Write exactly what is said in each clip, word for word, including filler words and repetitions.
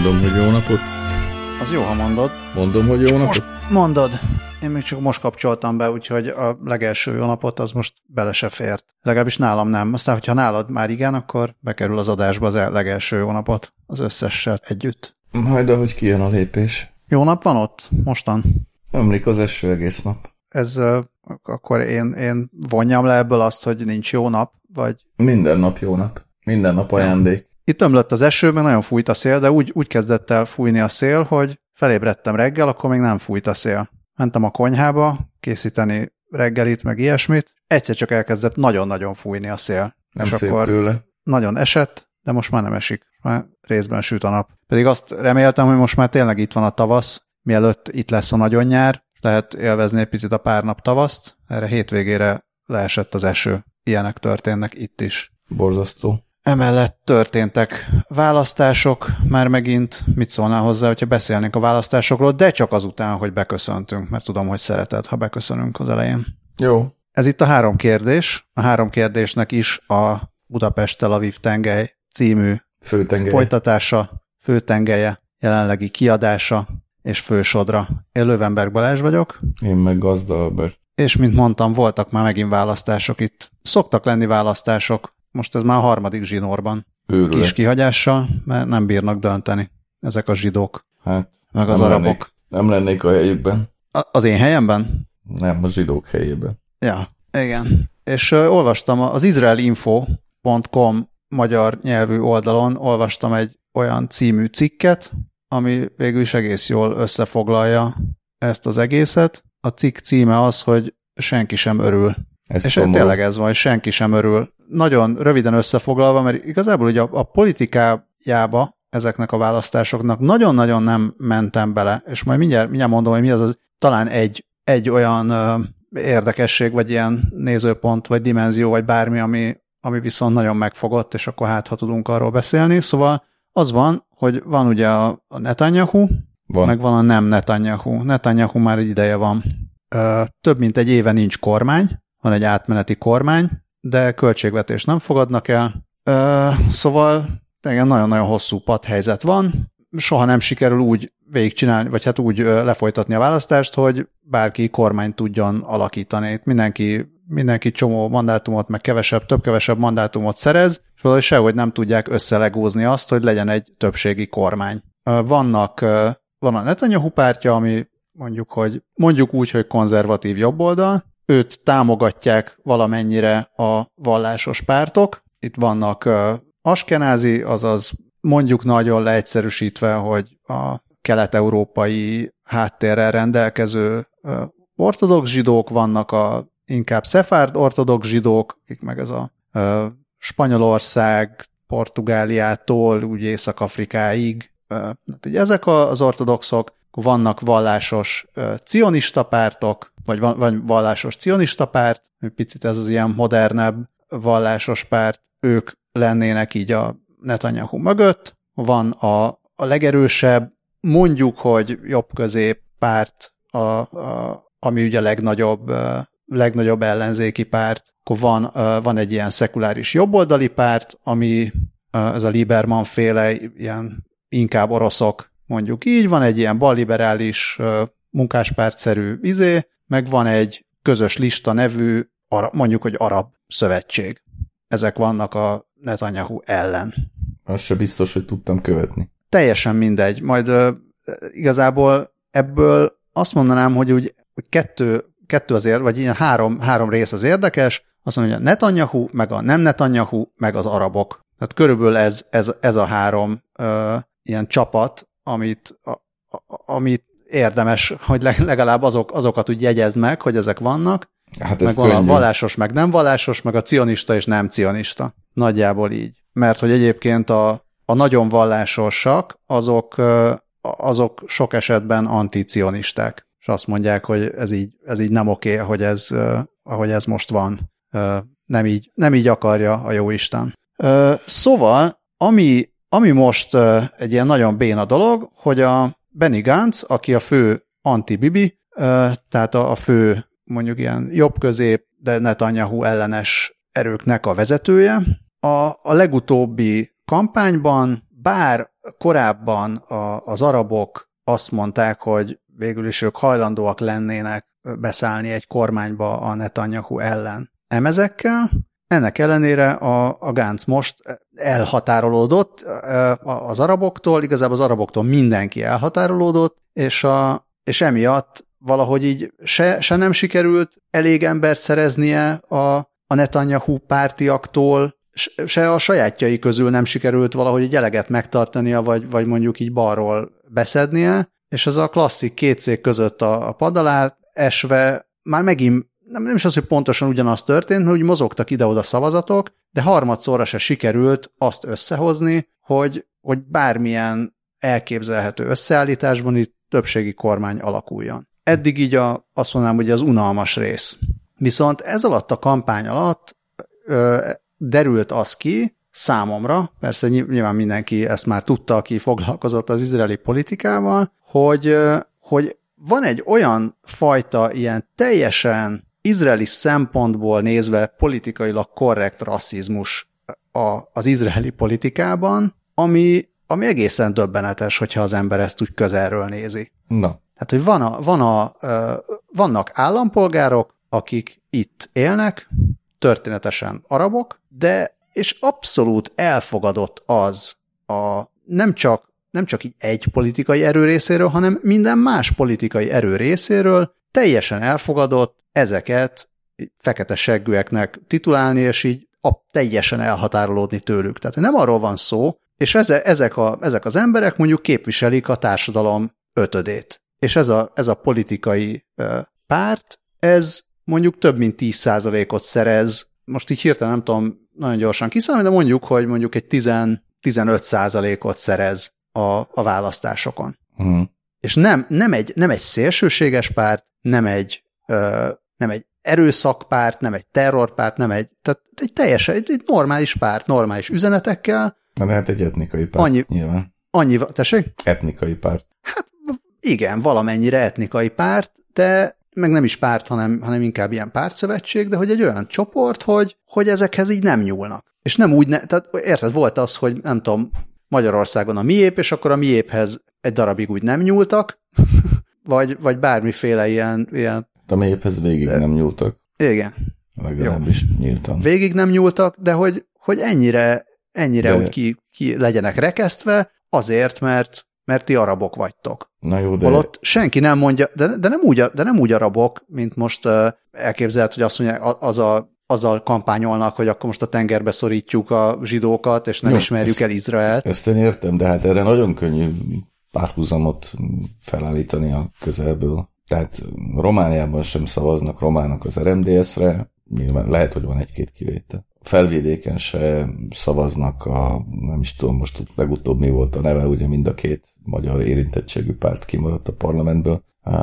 Mondom, hogy jó napot. Az jó, ha mondod. Mondom, hogy jó napot. Most mondod. Én még csak most kapcsoltam be, úgyhogy a legelső jó napot az most bele se fért. Legalábbis nálam nem. Aztán, hogyha nálad már igen, akkor bekerül az adásba az legelső jó napot az összessel együtt. Majd ahogy kijön a lépés. Jó nap van ott? Mostan? Ömlik az eső egész nap. Ez uh, akkor én, én vonjam le ebből azt, hogy nincs jó nap, vagy... Minden nap jó nap. Minden nap ajándék. Itt ömlött az eső, meg nagyon fújt a szél, de úgy, úgy kezdett el fújni a szél, hogy felébredtem reggel, akkor még nem fújt a szél. Mentem a konyhába készíteni reggelit, meg ilyesmit. Egyszer csak elkezdett nagyon-nagyon fújni a szél. Nem és szép akkor tőle. nagyon esett, de most már nem esik. Már részben süt a nap. Pedig azt reméltem, hogy most már tényleg itt van a tavasz, mielőtt itt lesz a nagyon nyár, lehet élvezni egy picit a pár nap tavaszt. Erre hétvégére leesett az eső. Ilyenek történnek itt is. Borzasztó. Emellett történtek választások, már megint mit szólnál hozzá, hogyha beszélnénk a választásokról, de csak azután, hogy beköszöntünk, mert tudom, hogy szereted, ha beköszönünk az elején. Jó. Ez itt a három kérdés. A három kérdésnek is a Budapest-Tel Aviv tengely című Főtengely. folytatása, főtengelye, jelenlegi kiadása és fősodra. Én Löwenberg Balázs vagyok. Én meg Gazda Albert. És mint mondtam, voltak már megint választások itt. Szoktak lenni választások. Most ez már a harmadik zsinórban. Őrület. Kis kihagyással, mert nem bírnak dönteni ezek a zsidók, Hát, meg az nem arabok. Lennék, nem lennék a helyükben. A- az én helyemben? Nem, a zsidók helyében. Ja, igen. És uh, olvastam az izraelinfo pont com magyar nyelvű oldalon, olvastam egy olyan című cikket, ami végül is egész jól összefoglalja ezt az egészet. A cikk címe az, hogy senki sem örül. Ez És szomorú. tényleg ez van, hogy senki sem örül. Nagyon röviden összefoglalva, mert igazából ugye a, a politikájába ezeknek a választásoknak nagyon-nagyon nem mentem bele, és majd mindjárt, mindjárt mondom, hogy mi az, az talán egy, egy olyan ö, érdekesség, vagy ilyen nézőpont, vagy dimenzió, vagy bármi, ami, ami viszont nagyon megfogott, és akkor hát, ha tudunk arról beszélni. Szóval az van, hogy van ugye a, a Netanyahu, Van. meg van a nem Netanyahu. Netanyahu már egy ideje van. Ö, több mint egy éve nincs kormány, van egy átmeneti kormány, de költségvetést nem fogadnak el. Ö, szóval igen, nagyon-nagyon hosszú padhelyzet van. Soha nem sikerül úgy végigcsinálni, vagy hát úgy lefolytatni a választást, hogy bárki kormányt tudjon alakítani. Itt mindenki, mindenki csomó mandátumot, meg kevesebb, több-kevesebb mandátumot szerez, és valahogy sehogy nem tudják összelegózni azt, hogy legyen egy többségi kormány. Vannak, van a Netanyahu pártja, ami mondjuk, hogy mondjuk úgy, hogy konzervatív jobboldal, őt támogatják valamennyire a vallásos pártok. Itt vannak uh, askenázi, azaz mondjuk nagyon leegyszerűsítve, hogy a kelet-európai háttérrel rendelkező uh, ortodox zsidók, vannak a inkább szefárd ortodox zsidók, akik meg ez a uh, Spanyolország, Portugáliától úgy Észak-Afrikáig. Uh, hát így ezek az ortodoxok, vannak vallásos uh, cionista pártok, vagy van, van vallásos cionista párt, picit ez az ilyen modernebb vallásos párt, ők lennének így a Netanyahu mögött. Van a, a legerősebb, mondjuk, hogy jobb-közép párt, a, a, ami ugye a legnagyobb, legnagyobb ellenzéki párt. Akkor van, van egy ilyen szekuláris jobboldali párt, ami ez a Lieberman féle, ilyen inkább oroszok, mondjuk így. Van egy ilyen balliberális munkáspártszerű izé, meg van egy közös lista nevű, mondjuk, hogy arab szövetség. Ezek vannak a Netanyahu ellen. Az se biztos, hogy tudtam követni. Teljesen mindegy. Majd uh, igazából ebből azt mondanám, hogy úgy, úgy kettő, kettő azért, vagy ilyen három, három rész az érdekes, azt mondja, hogy a Netanyahu, meg a nem Netanyahu, meg az arabok. Tehát körülbelül ez, ez, ez a három uh, ilyen csapat, amit, a, a, amit érdemes, hogy legalább azok, azokat úgy jegyezd meg, hogy ezek vannak, Hát meg ez van könnyű. a vallásos, meg nem vallásos, meg a cionista és nem cionista. Nagyjából így. Mert hogy egyébként a, a nagyon vallásosak, azok, azok sok esetben anticionisták. És azt mondják, hogy ez így, ez így nem oké, hogy ez, ahogy ez most van. Nem így, nem így akarja a jóisten. Szóval, ami, ami most egy ilyen nagyon béna dolog, hogy a Benny Gantz, aki a fő anti-Bibi, tehát a, a fő mondjuk ilyen jobb-közép, de Netanyahu ellenes erőknek a vezetője, a, a legutóbbi kampányban bár korábban a, az arabok azt mondták, hogy végül is ők hajlandóak lennének beszállni egy kormányba a Netanyahu ellen emezekkel, ennek ellenére a, a Gantz most elhatárolódott az araboktól, igazából az araboktól mindenki elhatárolódott, és, a, és emiatt valahogy így se, se nem sikerült elég embert szereznie a, a Netanyahu pártiaktól, se a sajátjai közül nem sikerült valahogy egy eleget megtartania, vagy, vagy mondjuk így balról beszednie, és ez a klasszik két cég között a, a pad alá esve már megint nem, nem is az, hogy pontosan ugyanaz történt, mert úgy mozogtak ide-oda szavazatok, de harmadszorra se sikerült azt összehozni, hogy, hogy bármilyen elképzelhető összeállításban itt többségi kormány alakuljon. Eddig így a, azt mondanám, hogy az unalmas rész. Viszont ez alatt a kampány alatt ö, derült az ki számomra, persze nyilván mindenki ezt már tudta, aki foglalkozott az izraeli politikával, hogy, ö, hogy van egy olyan fajta ilyen teljesen izraeli szempontból nézve politikailag korrekt rasszizmus a, az izraeli politikában, ami, ami egészen döbbenetes, hogyha az ember ezt úgy közelről nézi. Na. Tehát, hogy van a, van a, vannak állampolgárok, akik itt élnek, történetesen arabok, de és abszolút elfogadott az a nem csak, nem csak így egy politikai erő részéről, hanem minden más politikai erő részéről teljesen elfogadott ezeket fekete seggűeknek titulálni, és így a, teljesen elhatárolódni tőlük. Tehát nem arról van szó, és eze, ezek, a, ezek az emberek mondjuk képviselik a társadalom ötödét. És ez a, ez a politikai uh, párt, ez mondjuk több mint tíz százalékot szerez, most így hirtelen nem tudom nagyon gyorsan kiszámolni, de mondjuk, hogy mondjuk egy tíz-tizenöt százalékot szerez a, a választásokon. Mm. És nem, nem, egy, nem egy szélsőséges párt, nem egy, uh, nem egy erőszakpárt, nem egy terrorpárt, nem egy, tehát egy teljesen, egy, egy normális párt, normális üzenetekkel. Na lehet egy etnikai párt, annyi, nyilván. Annyi, tessék? Etnikai párt. Hát igen, valamennyire etnikai párt, de meg nem is párt, hanem, hanem inkább ilyen pártszövetség, de hogy egy olyan csoport, hogy, hogy ezekhez így nem nyúlnak. És nem úgy, ne, tehát érted, volt az, hogy nem tudom, Magyarországon a miép, és akkor a miéphez egy darabig úgy nem nyúltak, vagy, vagy bármiféle ilyen... ilyen a miéphez végig de, nem nyúltak. Igen. Legalábbis nyíltan. Végig nem nyúltak, de hogy, hogy ennyire, ennyire de... úgy ki, ki legyenek rekesztve, azért, mert mert ti arabok vagytok. Na jó, de... Holott senki nem mondja, de, de, nem úgy, de nem úgy arabok, mint most uh, elképzelhet, hogy azt mondják, az a, azzal kampányolnak, hogy akkor most a tengerbe szorítjuk a zsidókat, és nem jó, ismerjük ezt, el Izraelt. Ezt én értem, de hát erre nagyon könnyű párhuzamot felállítani a közelből. Tehát Romániában sem szavaznak románok az er em dé es-re, nyilván lehet, hogy van egy-két kivétel. Felvidéken se szavaznak a, nem is tudom most legutóbb mi volt a neve, ugye mind a két magyar érintettségű párt kimaradt a parlamentből.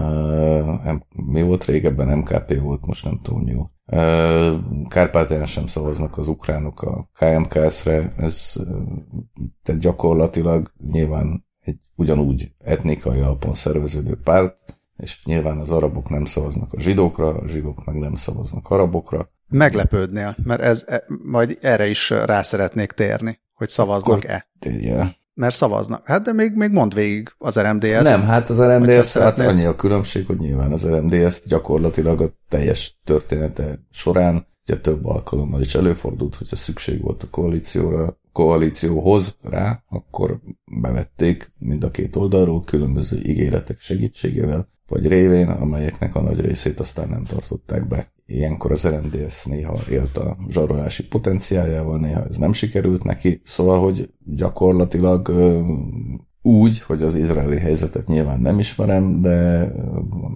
Uh, mi volt régebben? em ká pé volt, most nem tudom mi volt. Uh, Kárpátalján sem szavaznak az ukránok a ká em ká es-re, ez tehát gyakorlatilag nyilván egy ugyanúgy etnikai alapon szerveződő párt, és nyilván az arabok nem szavaznak a zsidókra, a zsidók meg nem szavaznak arabokra. Meglepődnél, mert ez, e, majd erre is rá szeretnék térni, hogy szavaznak-e. Térjél. Mert szavaznak. Hát de még, még mondd végig az er em dé es. Nem, hát az er em dé es, hát annyi a különbség, hogy nyilván az er em dé es gyakorlatilag a teljes története során, ugye több alkalommal is előfordult, hogyha szükség volt a koalícióra, koalícióhoz rá, akkor bevették mind a két oldalról különböző ígéretek segítségével, vagy révén, amelyeknek a nagy részét aztán nem tartották be. Ilyenkor az er em dé es néha élt a zsarolási potenciáljával, néha ez nem sikerült neki, szóval, hogy gyakorlatilag ö, úgy, hogy az izraeli helyzetet nyilván nem ismerem, de ö,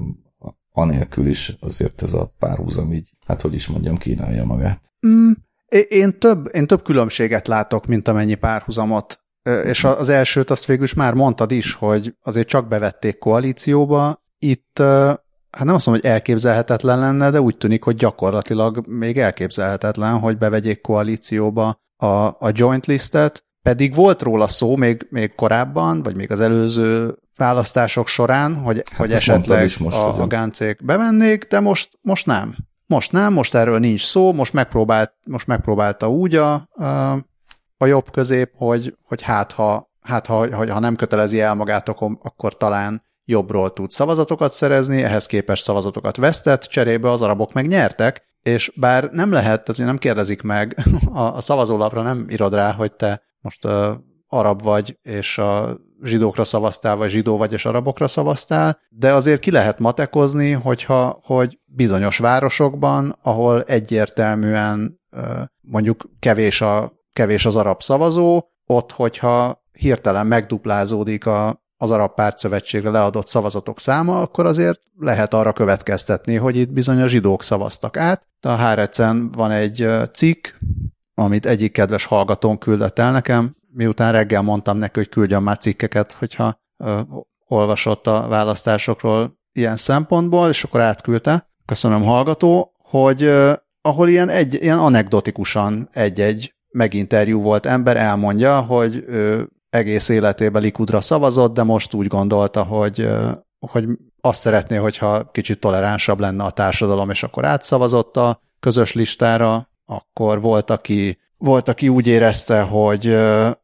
anélkül is azért ez a párhuzam így, hát hogy is mondjam, kínálja magát. Mm, én, több, én több különbséget látok, mint amennyi párhuzamot, és az elsőt azt végül is már mondtad is, hogy azért csak bevették koalícióba, itt hát nem azt mondom, hogy elképzelhetetlen lenne, de úgy tűnik, hogy gyakorlatilag még elképzelhetetlen, hogy bevegyék koalícióba a, a joint listet, pedig volt róla szó még, még korábban, vagy még az előző választások során, hogy, hát hogy esetleg most, a, a gáncék bevennék, de most, most nem. Most nem, most erről nincs szó, most, megpróbált, most megpróbálta úgy a, a, a jobb közép, hogy, hogy hát, ha, hát ha, ha nem kötelezi el magát, akkor talán jobbról tud szavazatokat szerezni, ehhez képest szavazatokat vesztett, cserébe az arabok meg nyertek, és bár nem lehet, tehát nem kérdezik meg, a, a szavazólapra nem írod rá, hogy te most uh, arab vagy, és a zsidókra szavaztál, vagy zsidó vagy, és arabokra szavaztál, de azért ki lehet matekozni, hogyha, hogy bizonyos városokban, ahol egyértelműen uh, mondjuk kevés, a, kevés az arab szavazó, ott, hogyha hirtelen megduplázódik a az Arab Pártszövetségre leadott szavazatok száma, akkor azért lehet arra következtetni, hogy itt bizony a zsidók szavaztak át. A Hárecen van egy cikk, amit egyik kedves hallgatón küldött el nekem, miután reggel mondtam neki, hogy küldjön már cikkeket, hogyha ö, olvasott a választásokról ilyen szempontból, és akkor átküldte. Köszönöm, hallgató, hogy ö, ahol ilyen, egy, ilyen anekdotikusan egy-egy meginterjú volt ember elmondja, hogy ö, egész életében Likudra szavazott, de most úgy gondolta, hogy, hogy azt szeretné, hogyha kicsit toleránsabb lenne a társadalom, és akkor átszavazott a közös listára, akkor volt, aki, volt, aki úgy érezte, hogy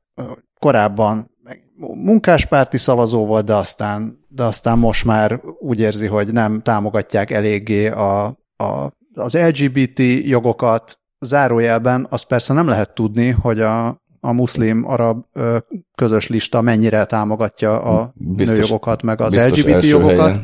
korábban munkáspárti szavazó volt, de aztán, de aztán most már úgy érzi, hogy nem támogatják eléggé a, a, az el gé bé té jogokat. Zárójelben azt persze nem lehet tudni, hogy a a muszlim-arab közös lista mennyire támogatja a biztos, nőjogokat, meg az el gé bé té jogokat,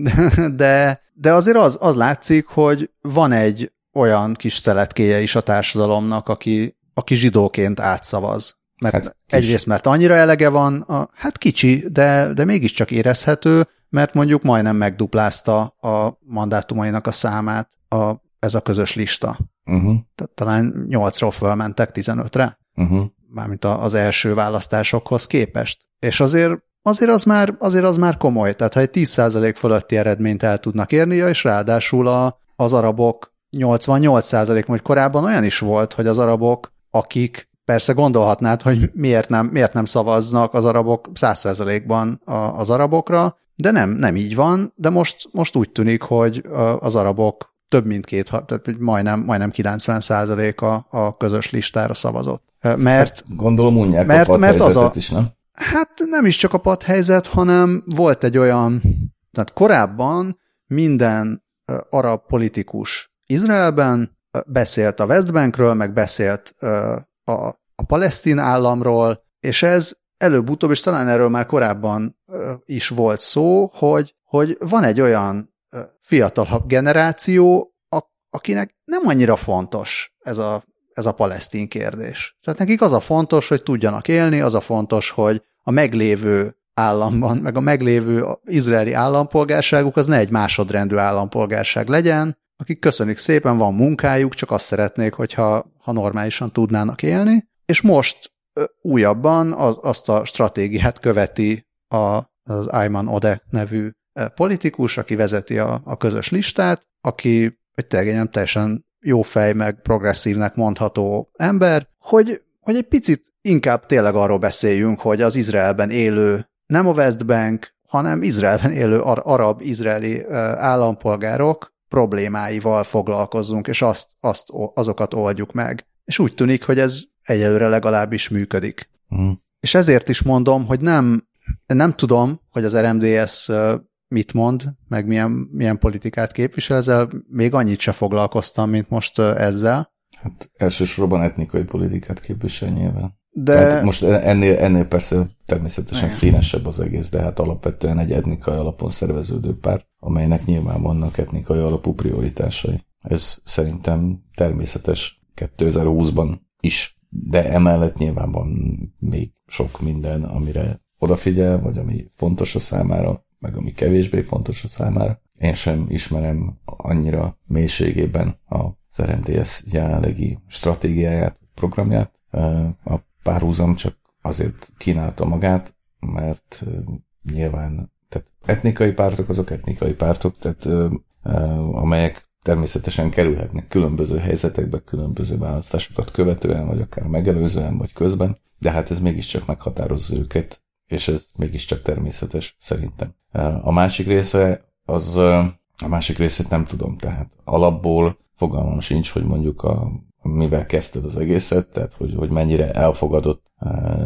de, de azért az, az látszik, hogy van egy olyan kis szeletkéje is a társadalomnak, aki, aki zsidóként átszavaz. Mert hát egyrészt, mert annyira elege van, a, hát kicsi, de, de mégiscsak érezhető, mert mondjuk majdnem megduplázta a mandátumainak a számát a, ez a közös lista. Uh-huh. Tehát talán nyolcról fölmentek tizenötre. Uh-huh. Mármint az első választásokhoz képest. És azért, azért, az már, azért az már komoly. Tehát ha egy tíz százalék fölötti eredményt el tudnak érni, és ráadásul a, az arabok nyolcvannyolc százalék, hogy korábban olyan is volt, hogy az arabok, akik persze gondolhatnád, hogy miért nem, miért nem szavaznak az arabok száz százalékban az arabokra, de nem, nem így van, de most, most úgy tűnik, hogy az arabok több mint két, tehát majdnem, majdnem kilencven százalék a, a közös listára szavazott. Mert, hát gondolom unják mert, a padhelyzetet is, nem? Hát nem is csak a padhelyzet, hanem volt egy olyan, tehát korábban minden arab politikus Izraelben beszélt a West Bankről, meg beszélt a, a palesztin államról, és ez előbb-utóbb, és talán erről már korábban is volt szó, hogy, hogy van egy olyan fiatalabb generáció, akinek nem annyira fontos ez a, ez a palesztin kérdés. Tehát nekik az a fontos, hogy tudjanak élni, az a fontos, hogy a meglévő államban, meg a meglévő izraeli állampolgárságuk az ne egy másodrendű állampolgárság legyen, akik köszönjük szépen, van munkájuk, csak azt szeretnék, hogyha ha normálisan tudnának élni, és most ö, újabban az, azt a stratégiát követi a, az Ayman Odeh nevű politikus, aki vezeti a, a közös listát, aki egy tényleg teljesen jó fej, meg progresszívnek mondható ember, hogy, hogy egy picit inkább tényleg arról beszéljünk, hogy az Izraelben élő, nem a West Bank, hanem Izraelben élő arab-izraeli állampolgárok problémáival foglalkozzunk, és azt, azt, azokat oldjuk meg. És úgy tűnik, hogy ez egyelőre legalábbis működik. Mm. És ezért is mondom, hogy nem, nem tudom, hogy az er em dé es mit mond, meg milyen, milyen politikát képvisel, ezzel még annyit se foglalkoztam, mint most ezzel. Hát elsősorban etnikai politikát képvisel nyilván. De... Tehát most ennél, ennél persze természetesen igen, színesebb az egész, de hát alapvetően egy etnikai alapon szerveződő párt, amelynek nyilván vannak etnikai alapú prioritásai. Ez szerintem természetes kétezer-húszban is, de emellett nyilván van még sok minden, amire odafigyel, vagy ami fontos a számára, meg ami kevésbé fontos a számára. Én sem ismerem annyira mélységében az er em dé es jelenlegi stratégiáját, programját. A párhuzam csak azért kínálta magát, mert nyilván tehát etnikai pártok azok etnikai pártok, tehát amelyek természetesen kerülhetnek különböző helyzetekbe, különböző választásokat követően, vagy akár megelőzően, vagy közben, de hát ez mégiscsak meghatározza őket, és ez mégiscsak természetes, szerintem. A másik része, az a másik részét nem tudom, tehát alapból fogalmam sincs, hogy mondjuk a, mivel kezdted az egészet, tehát hogy, hogy mennyire elfogadott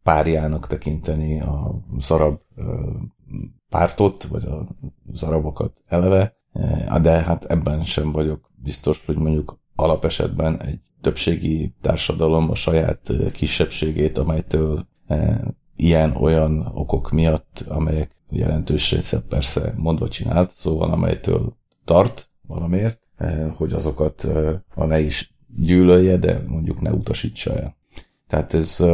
párjának tekinteni az arab pártot, vagy az arabokat eleve, de hát ebben sem vagyok biztos, hogy mondjuk alapesetben egy többségi társadalom a saját kisebbségét, amelytől ilyen-olyan okok miatt, amelyek jelentős része persze mondva csinált, szóval amelytől tart valamiért, hogy azokat ha ne is gyűlölje, de mondjuk ne utasítsa el. Tehát ez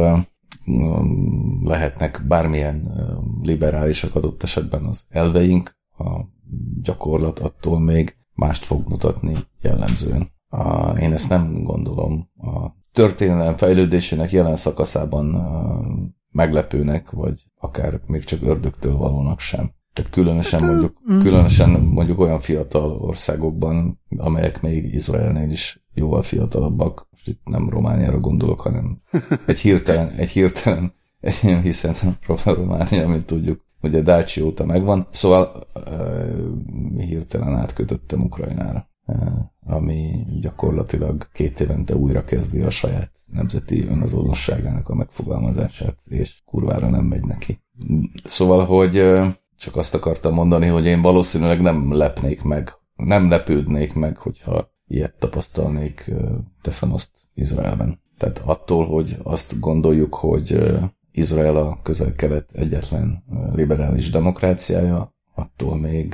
lehetnek bármilyen liberálisak adott esetben az elveink, a gyakorlat attól még mást fog mutatni jellemzően. Én ezt nem gondolom a történelem fejlődésének jelen szakaszában meglepőnek, vagy akár még csak ördögtől valónak sem. Tehát különösen mondjuk, különösen mondjuk olyan fiatal országokban, amelyek még Izraelnél is jóval fiatalabbak, most itt nem Romániára gondolok, hanem egy hirtelen, egy hirtelen, egy, hiszen Románia, mint tudjuk, ugye Dácsi óta megvan, szóval uh, hirtelen átkötöttem Ukrajnára, uh, ami gyakorlatilag két évente újra kezdi a saját nemzeti önazonosságának a megfogalmazását, és kurvára nem megy neki. Szóval, hogy uh, csak azt akartam mondani, hogy én valószínűleg nem lepnék meg, nem lepődnék meg, hogyha ilyet tapasztalnék, uh, teszem azt Izraelben. Tehát attól, hogy azt gondoljuk, hogy uh, Izrael a közel-kelet egyetlen liberális demokráciája, attól még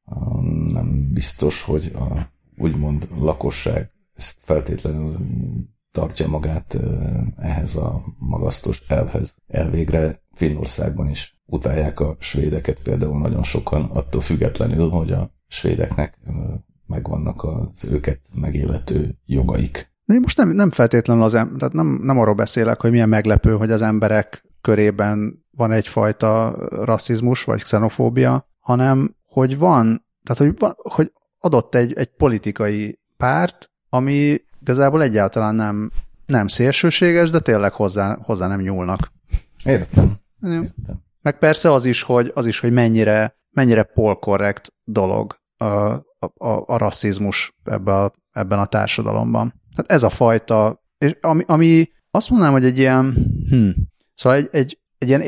nem biztos, hogy a úgymond lakosság ezt feltétlenül tartja magát ehhez a magasztos elvhez. Elvégre Finnországban is utálják a svédeket például nagyon sokan, attól függetlenül, hogy a svédeknek megvannak az őket megillető jogaik. Én most nem, nem feltétlenül az em- tehát nem, nem arról beszélek, hogy milyen meglepő, hogy az emberek körében van egyfajta rasszizmus vagy xenofóbia, hanem hogy van, tehát hogy, van, hogy adott egy, egy politikai párt, ami igazából egyáltalán nem, nem szélsőséges, de tényleg hozzá, hozzá nem nyúlnak. Értem. Értem. Meg persze az is, hogy, az is, hogy mennyire, mennyire polkorrekt dolog a, a, a, a rasszizmus ebben a, ebben a társadalomban. Tehát ez a fajta, és ami, ami azt mondanám, hogy egy ilyen, hm, szóval egy, egy, egy ilyen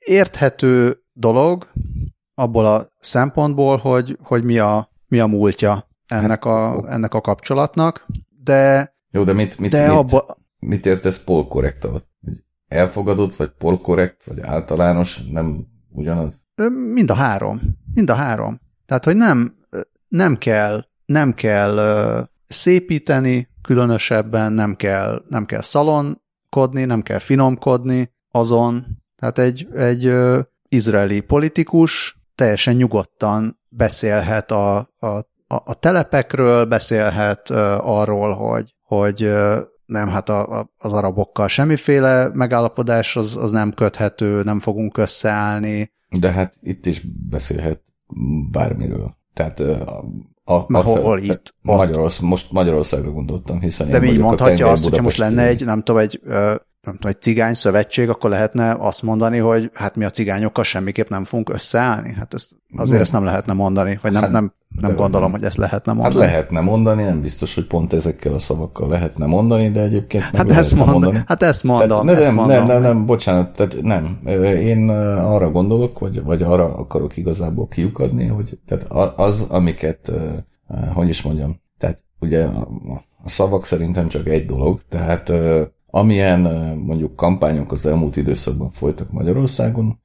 érthető dolog abból a szempontból, hogy, hogy mi, a, mi a múltja ennek a, ennek a kapcsolatnak, de... Jó, de mit, mit, de mit, abba... mit értesz polkorrekt alatt? Elfogadott, vagy polkorrekt, vagy általános, nem ugyanaz? Mind a három. Mind a három. Tehát, hogy nem, nem kell, nem kell szépíteni, különösebben nem kell, nem kell szalonkodni, nem kell finomkodni azon. Tehát egy, egy ö, izraeli politikus teljesen nyugodtan beszélhet a, a, a, a telepekről, beszélhet ö, arról, hogy, hogy ö, nem, hát a, a, az arabokkal semmiféle megállapodás az, az nem köthető, nem fogunk összeállni. De hát itt is beszélhet bármiről. Tehát a, a, a hol, hol itt? Magyarország, most Magyarországra gondoltam, hiszen de így mondhatja azt, hogyha most lenne egy, nem tudom, egy, nem tudom, egy cigány szövetség, akkor lehetne azt mondani, hogy hát mi a cigányokkal semmiképp nem fogunk összeállni. Hát ezt, azért no. ezt nem lehetne mondani, vagy nem, hát, nem, nem gondolom, nem. hogy ezt lehetne mondani. Hát lehetne mondani, nem biztos, hogy pont ezekkel a szavakkal lehetne mondani, de egyébként meg hát ezt mond, mondani. Hát ezt mondom. Tehát, ezt nem, mondom. nem, nem, nem, bocsánat, tehát nem. Én arra gondolok, vagy, vagy arra akarok igazából kiukadni, hogy tehát az, amiket, hogy is mondjam, tehát ugye a, a szavak szerintem csak egy dolog, tehát amilyen mondjuk kampányok az elmúlt időszakban folytak Magyarországon,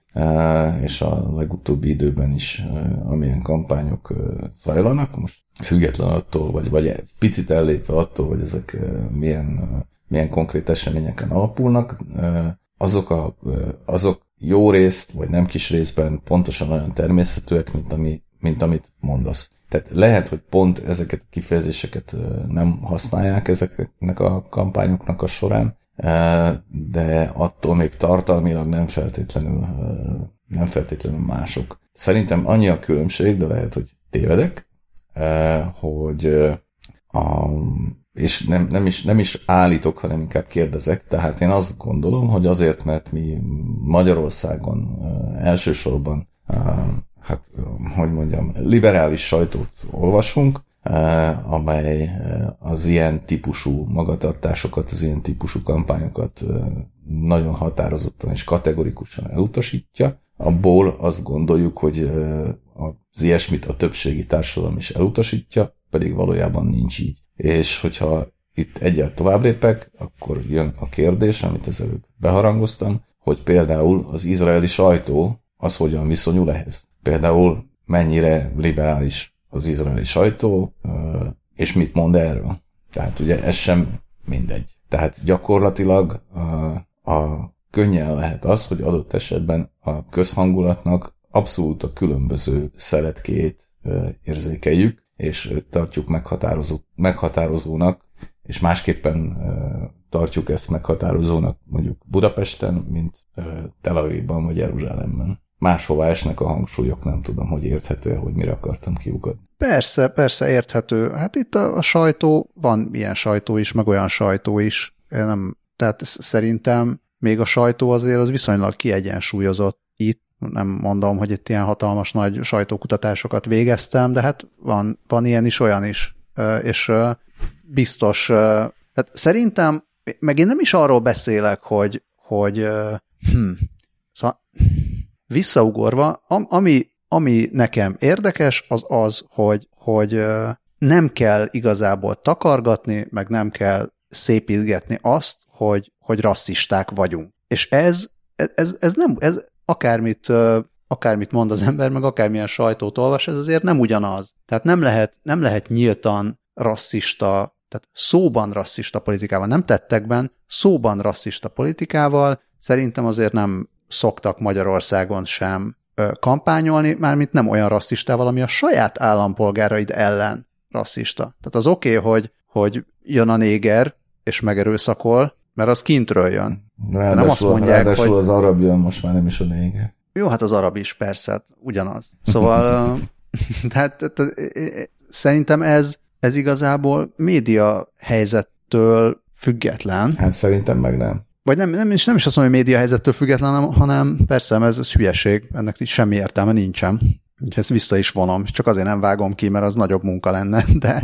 és a legutóbbi időben is amilyen kampányok zajlanak, most független attól, vagy, vagy egy picit ellépve attól, hogy ezek milyen, milyen konkrét eseményeken alapulnak, azok, a, azok jó részt, vagy nem kis részben pontosan olyan természetűek, mint, ami, mint amit mondasz. Tehát lehet, hogy pont ezeket a kifejezéseket nem használják ezeknek a kampányoknak a során, de attól még tartalmilag nem feltétlenül, nem feltétlenül mások. Szerintem annyi a különbség, de lehet, hogy tévedek, hogy a, és nem, nem, is, nem is állítok, hanem inkább kérdezek, tehát én azt gondolom, hogy azért, mert mi Magyarországon elsősorban hát, hogy mondjam, liberális sajtót olvasunk, amely az ilyen típusú magatartásokat, az ilyen típusú kampányokat nagyon határozottan és kategorikusan elutasítja, abból azt gondoljuk, hogy az ilyesmit a többségi társadalom is elutasítja, pedig valójában nincs így. És hogyha itt egyet tovább lépek, akkor jön a kérdés, amit az előbb beharangoztam, hogy például az izraeli sajtó az hogyan viszonyul ehhez. Például mennyire liberális az izraeli sajtó, és mit mond erről. Tehát ugye ez sem mindegy. Tehát gyakorlatilag a, a könnyen lehet az, hogy adott esetben a közhangulatnak abszolút a különböző szeletkét érzékeljük, és tartjuk meghatározó, meghatározónak, és másképpen tartjuk ezt meghatározónak mondjuk Budapesten, mint Tel Avivban vagy Jeruzsálemben. Máshova esnek a hangsúlyok, nem tudom, hogy érthető-e, hogy mire akartam kiugadni. Persze, persze érthető. Hát itt a, a sajtó, van ilyen sajtó is, meg olyan sajtó is. Nem, tehát szerintem még a sajtó azért az viszonylag kiegyensúlyozott itt. Nem mondom, hogy itt ilyen hatalmas nagy sajtókutatásokat végeztem, de hát van, van ilyen is, olyan is. És biztos, tehát szerintem, meg én nem is arról beszélek, hogy, hogy hm, szóval visszaugorva, ami, ami nekem érdekes, az az, hogy, hogy nem kell igazából takargatni, meg nem kell szépítgetni azt, hogy, hogy rasszisták vagyunk. És ez, ez, ez nem, ez akármit, akármit mond az ember, meg akármilyen sajtót olvas, ez azért nem ugyanaz. Tehát nem lehet, nem lehet nyíltan rasszista, tehát szóban rasszista politikával, nem tettekben, szóban rasszista politikával szerintem azért nem szoktak Magyarországon sem ö, kampányolni, mármint nem olyan rasszistával, ami a saját állampolgáraid ellen rasszista. Tehát az oké, okay, hogy, hogy jön a néger, és megerőszakol, mert az kintről jön. Ráadásul, nem azt mondják, ráadásul hogy... az arab jön, most már nem is a néger. Jó, hát az arab is, persze, hát ugyanaz. Szóval tehát, tehát, szerintem ez, ez igazából média helyzettől független. Hát szerintem meg nem. Vagy nem, nem, és nem is azt mondom, hogy média helyzettől független, hanem persze, ez, ez hülyeség, ennek semmi értelme nincsen. Úgyhogy ezt vissza is vonom, csak azért nem vágom ki, mert az nagyobb munka lenne, de,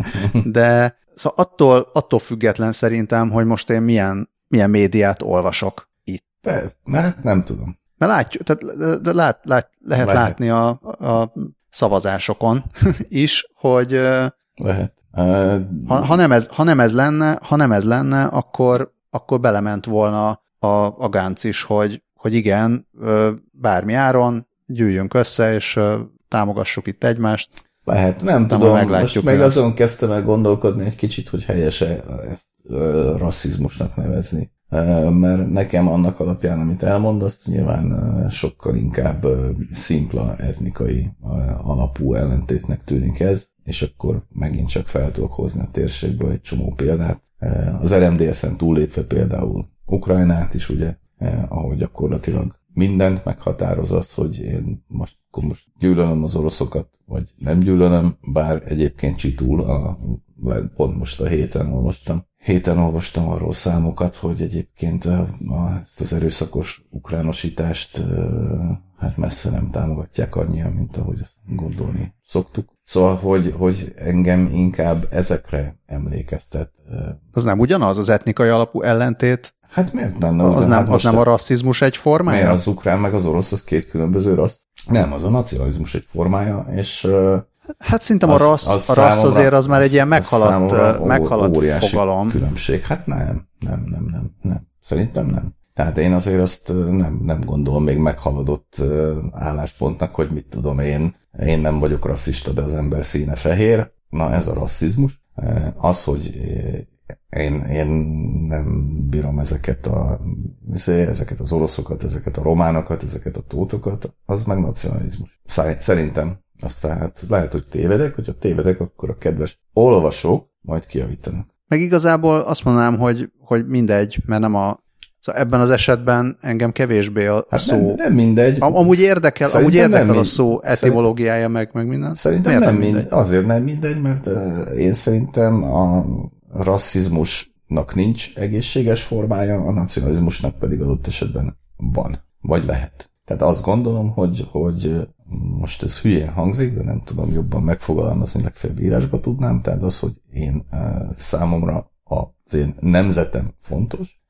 de szóval attól, attól független szerintem, hogy most én milyen, milyen médiát olvasok itt. De, mert nem tudom. Mert látjuk, tehát de lát, lát, lehet, lehet látni a, a szavazásokon is, hogy lehet. Ha, ha, nem ez, ha nem ez lenne, ha nem ez lenne, akkor akkor belement volna a, a gánc is, hogy, hogy igen, bármi áron gyűjjünk össze, és támogassuk itt egymást. Lehet, nem tudom, most meg azon kezdtem el gondolkodni egy kicsit, hogy helyes-e ezt rasszizmusnak nevezni. Mert nekem annak alapján, amit elmondasz, nyilván sokkal inkább szimpla etnikai alapú ellentétnek tűnik ez, és akkor megint csak fel tudok hozni a térségből egy csomó példát. Az er em dé es-en túllépve például Ukrajnát is, ugye, ahol gyakorlatilag mindent meghatároz az, hogy én most, most gyűlölöm az oroszokat, vagy nem gyűlölöm, bár egyébként csitul, a, pont most a héten olvastam, héten olvastam arról számokat, hogy egyébként a, a, ezt az erőszakos ukránosítást hát messze nem támogatják annyian, mint ahogy ezt gondolni szoktuk. Szóval, hogy, hogy engem inkább ezekre emlékeztet. Az nem ugyanaz az etnikai alapú ellentét? Hát miért lenne? Az, nem, hát az nem a rasszizmus egy formája? Miért az ukrán meg az orosz, az két különböző rassz? Nem, az a nacionalizmus egy formája, és... Hát szerintem az, a rassz, az a rassz azért az már egy ilyen meghaladt, meghaladt fogalom. Különbség. Hát nem, nem, nem, nem, nem. Szerintem nem. Tehát én azért azt nem, nem gondolom még meghaladott álláspontnak, hogy mit tudom én, én nem vagyok rasszista, de az ember színe fehér. Na ez a rasszizmus. Az, hogy én, én nem bírom ezeket, a, ezeket az oroszokat, ezeket a románokat, ezeket a tótokat, az meg nacionalizmus. Szerintem. Aztán hát lehet, hogy tévedek, hogyha tévedek, akkor a kedves olvasók majd kijavítanak. Meg igazából azt mondanám, hogy, hogy mindegy, mert nem a Szóval ebben az esetben engem kevésbé a hát szó... Nem, nem mindegy. Am- amúgy érdekel, amúgy érdekel a szó etimológiája meg, meg minden. Szerintem nem, nem mindegy. Azért nem mindegy, mert uh, én szerintem a rasszizmusnak nincs egészséges formája, a nacionalizmusnak pedig adott esetben van. Vagy lehet. Tehát azt gondolom, hogy, hogy most ez hülyén hangzik, de nem tudom jobban megfogalmazni, legfeljebb írásba tudnám. Tehát az, hogy én uh, számomra az én nemzetem fontos,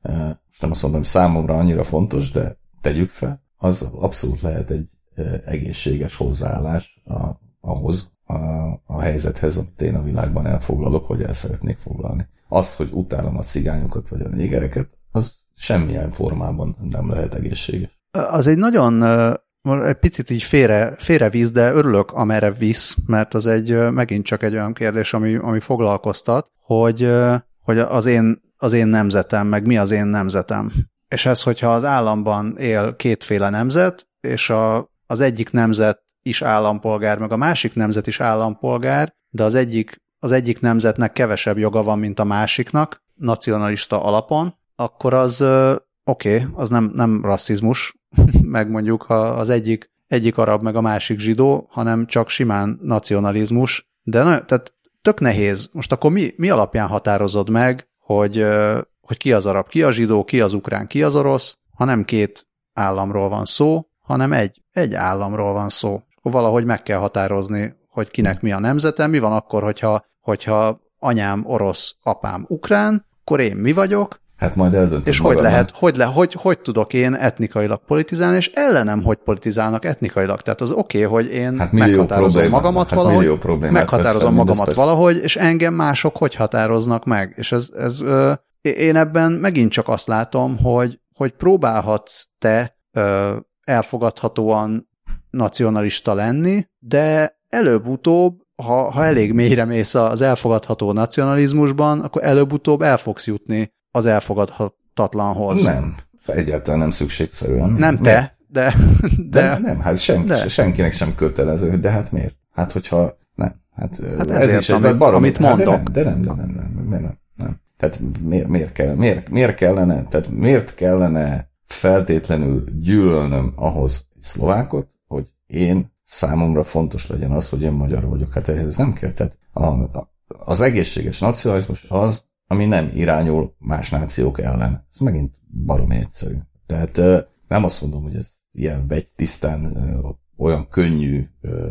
most nem azt mondom, számomra annyira fontos, de tegyük fel, az abszolút lehet egy egészséges hozzáállás a, ahhoz, a, a helyzethez, amit én a világban elfoglalok, hogy el szeretnék foglalni. Az, hogy utálom a cigányokat vagy a négereket, az semmilyen formában nem lehet egészséges. Az egy nagyon, egy picit így félre, félrevisz, de örülök, amerre visz, mert az egy megint csak egy olyan kérdés, ami, ami foglalkoztat, hogy, hogy az, én, az én nemzetem, meg mi az én nemzetem. És ez, hogyha az államban él kétféle nemzet, és a, az egyik nemzet is állampolgár, meg a másik nemzet is állampolgár, de az egyik, az egyik nemzetnek kevesebb joga van, mint a másiknak, nacionalista alapon, akkor az oké, okay, az nem, nem rasszizmus, meg mondjuk, ha az egyik, egyik arab, meg a másik zsidó, hanem csak simán nacionalizmus, de na, tehát tök nehéz. Most akkor mi, mi alapján határozod meg, hogy, hogy ki az arab, ki a zsidó, ki az ukrán, ki az orosz, ha nem két államról van szó, hanem egy, egy államról van szó. Akkor valahogy meg kell határozni, hogy kinek mi a nemzete, mi van akkor, hogyha, hogyha anyám orosz, apám ukrán, akkor én mi vagyok, hát majd eldöntöd és hogy lehet, hogy, le, hogy, hogy tudok én etnikailag politizálni, és ellenem hogy politizálnak etnikailag. Tehát az oké, okay, hogy én hát meghatározom probléma, magamat hát valahogy, meghatározom magamat valahogy, és engem mások hogy határoznak meg. És ez, ez ö, én ebben megint csak azt látom, hogy, hogy próbálhatsz te ö, elfogadhatóan nacionalista lenni, de előbb-utóbb, ha, ha elég mélyre mész az elfogadható nacionalizmusban, akkor előbb-utóbb el fogsz jutni az elfogadhatatlanhoz. Nem, egyáltalán nem szükségszerűen. Nem miért? te, de... de, de nem, hát sen, de. senkinek sem kötelező, de hát miért? Hát hogyha... Nem, hát, hát ez ezért, is amit, baromi, amit mondok. Hát de, nem, de nem, de nem, nem, nem, nem, nem. Tehát miért, miért, kell, miért, miért kellene, tehát miért kellene feltétlenül gyűlölnöm ahhoz egy szlovákot, hogy én számomra fontos legyen az, hogy én magyar vagyok. Hát ehhez nem kell. Tehát a, a, az egészséges nacionalizmus az, ami nem irányul más nációk ellen. Ez megint baromi egyszerű. Tehát nem azt mondom, hogy ez ilyen vegytisztán olyan könnyű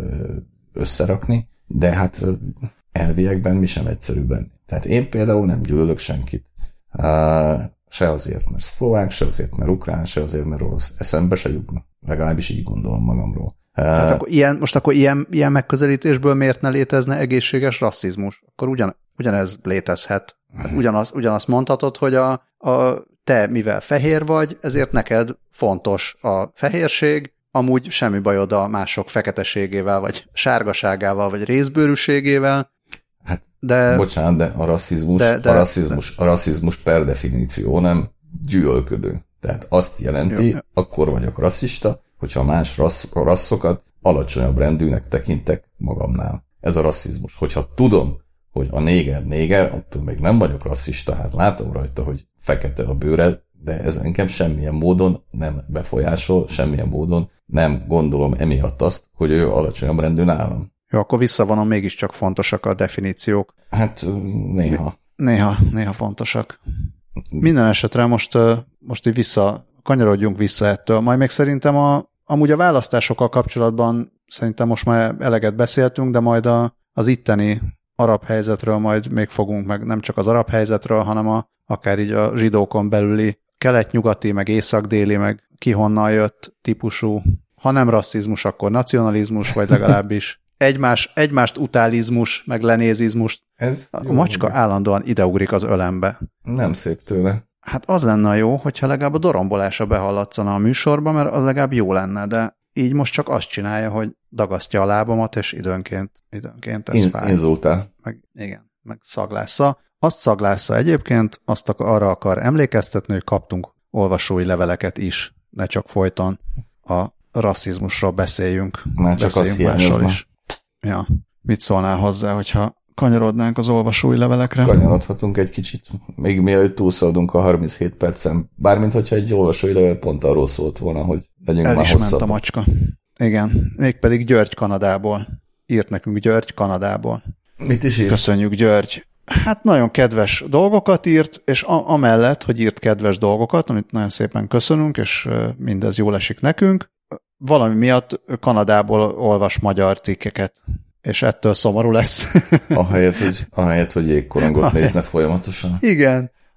összerakni, de hát elviekben mi sem egyszerű benni. Tehát én például nem gyűlölök senkit. Se azért, mert szlovák, se azért, mert ukrán, se azért, mert orosz. Eszembe se jutna. Legalábbis így gondolom magamról. Tehát akkor ilyen, most akkor ilyen, ilyen megközelítésből miért ne létezne egészséges rasszizmus? Akkor ugyan, ugyanez létezhet. Ugyanaz, ugyanazt mondhatod, hogy a, a te mivel fehér vagy, ezért neked fontos a fehérség, amúgy semmi bajod a mások feketeségével, vagy sárgaságával, vagy részbőrűségével. Hát, de, bocsánat, de a rasszizmus, de, de, a, rasszizmus de, a rasszizmus per definíció nem gyűlölködő. Tehát azt jelenti, jó, akkor vagyok rasszista, hogyha más rassz, rasszokat alacsonyabb rendűnek tekintek magamnál. Ez a rasszizmus. Hogyha tudom, hogy a néger néger, attól még nem vagyok rasszista, hát látom rajta, hogy fekete a bőre, de ez engem semmilyen módon nem befolyásol, semmilyen módon nem gondolom emiatt azt, hogy ő alacsonyabb rendű nálam. Jó, akkor visszavonom, mégiscsak fontosak a definíciók. Hát néha. Néha, néha fontosak. Minden esetre most, most így vissza, kanyarodjunk vissza ettől. Majd még szerintem a, amúgy a választásokkal kapcsolatban szerintem most már eleget beszéltünk, de majd a, az itteni arab helyzetről majd még fogunk, meg nem csak az arab helyzetről, hanem a, akár így a zsidókon belüli kelet-nyugati, meg észak-déli, meg ki honnan jött típusú, ha nem rasszizmus, akkor nacionalizmus, vagy legalábbis egymás, egymást utálizmus, meg lenézizmus. Ez a macska állandóan ideugrik az ölembe. Nem szép tőle. Hát az lenne jó, hogyha legalább a dorombolása behallatszana a műsorba, mert az legalább jó lenne, de így most csak azt csinálja, hogy dagasztja a lábamat, és időnként, időnként ez In, fáj. Inzultál. Meg, igen, meg szaglásza. Azt szaglásza egyébként, azt akar, arra akar emlékeztetni, hogy kaptunk olvasói leveleket is, ne csak folyton a rasszizmusról beszéljünk. Már csak az hiányozna. Is. Ja. Mit szólnál hozzá, hogyha kanyarodnánk az olvasói levelekre? Kanyarodhatunk egy kicsit, még mielőtt túlszaladunk a harminchét percen. Bármint, hogyha egy olvasói level pont arról szólt volna, hogy legyünk El már is hosszabb. ment a macska. Igen, mégpedig György Kanadából. Írt nekünk György Kanadából. Mit is írt? Köszönjük, György. Hát nagyon kedves dolgokat írt, és a- amellett, hogy írt kedves dolgokat, amit nagyon szépen köszönünk, és mindez jól esik nekünk, valami miatt Kanadából olvas magyar cikkeket, és ettől szomorú lesz. ahelyett, hogy, ahelyett, hogy jégkorongot nézne folyamatosan. Igen,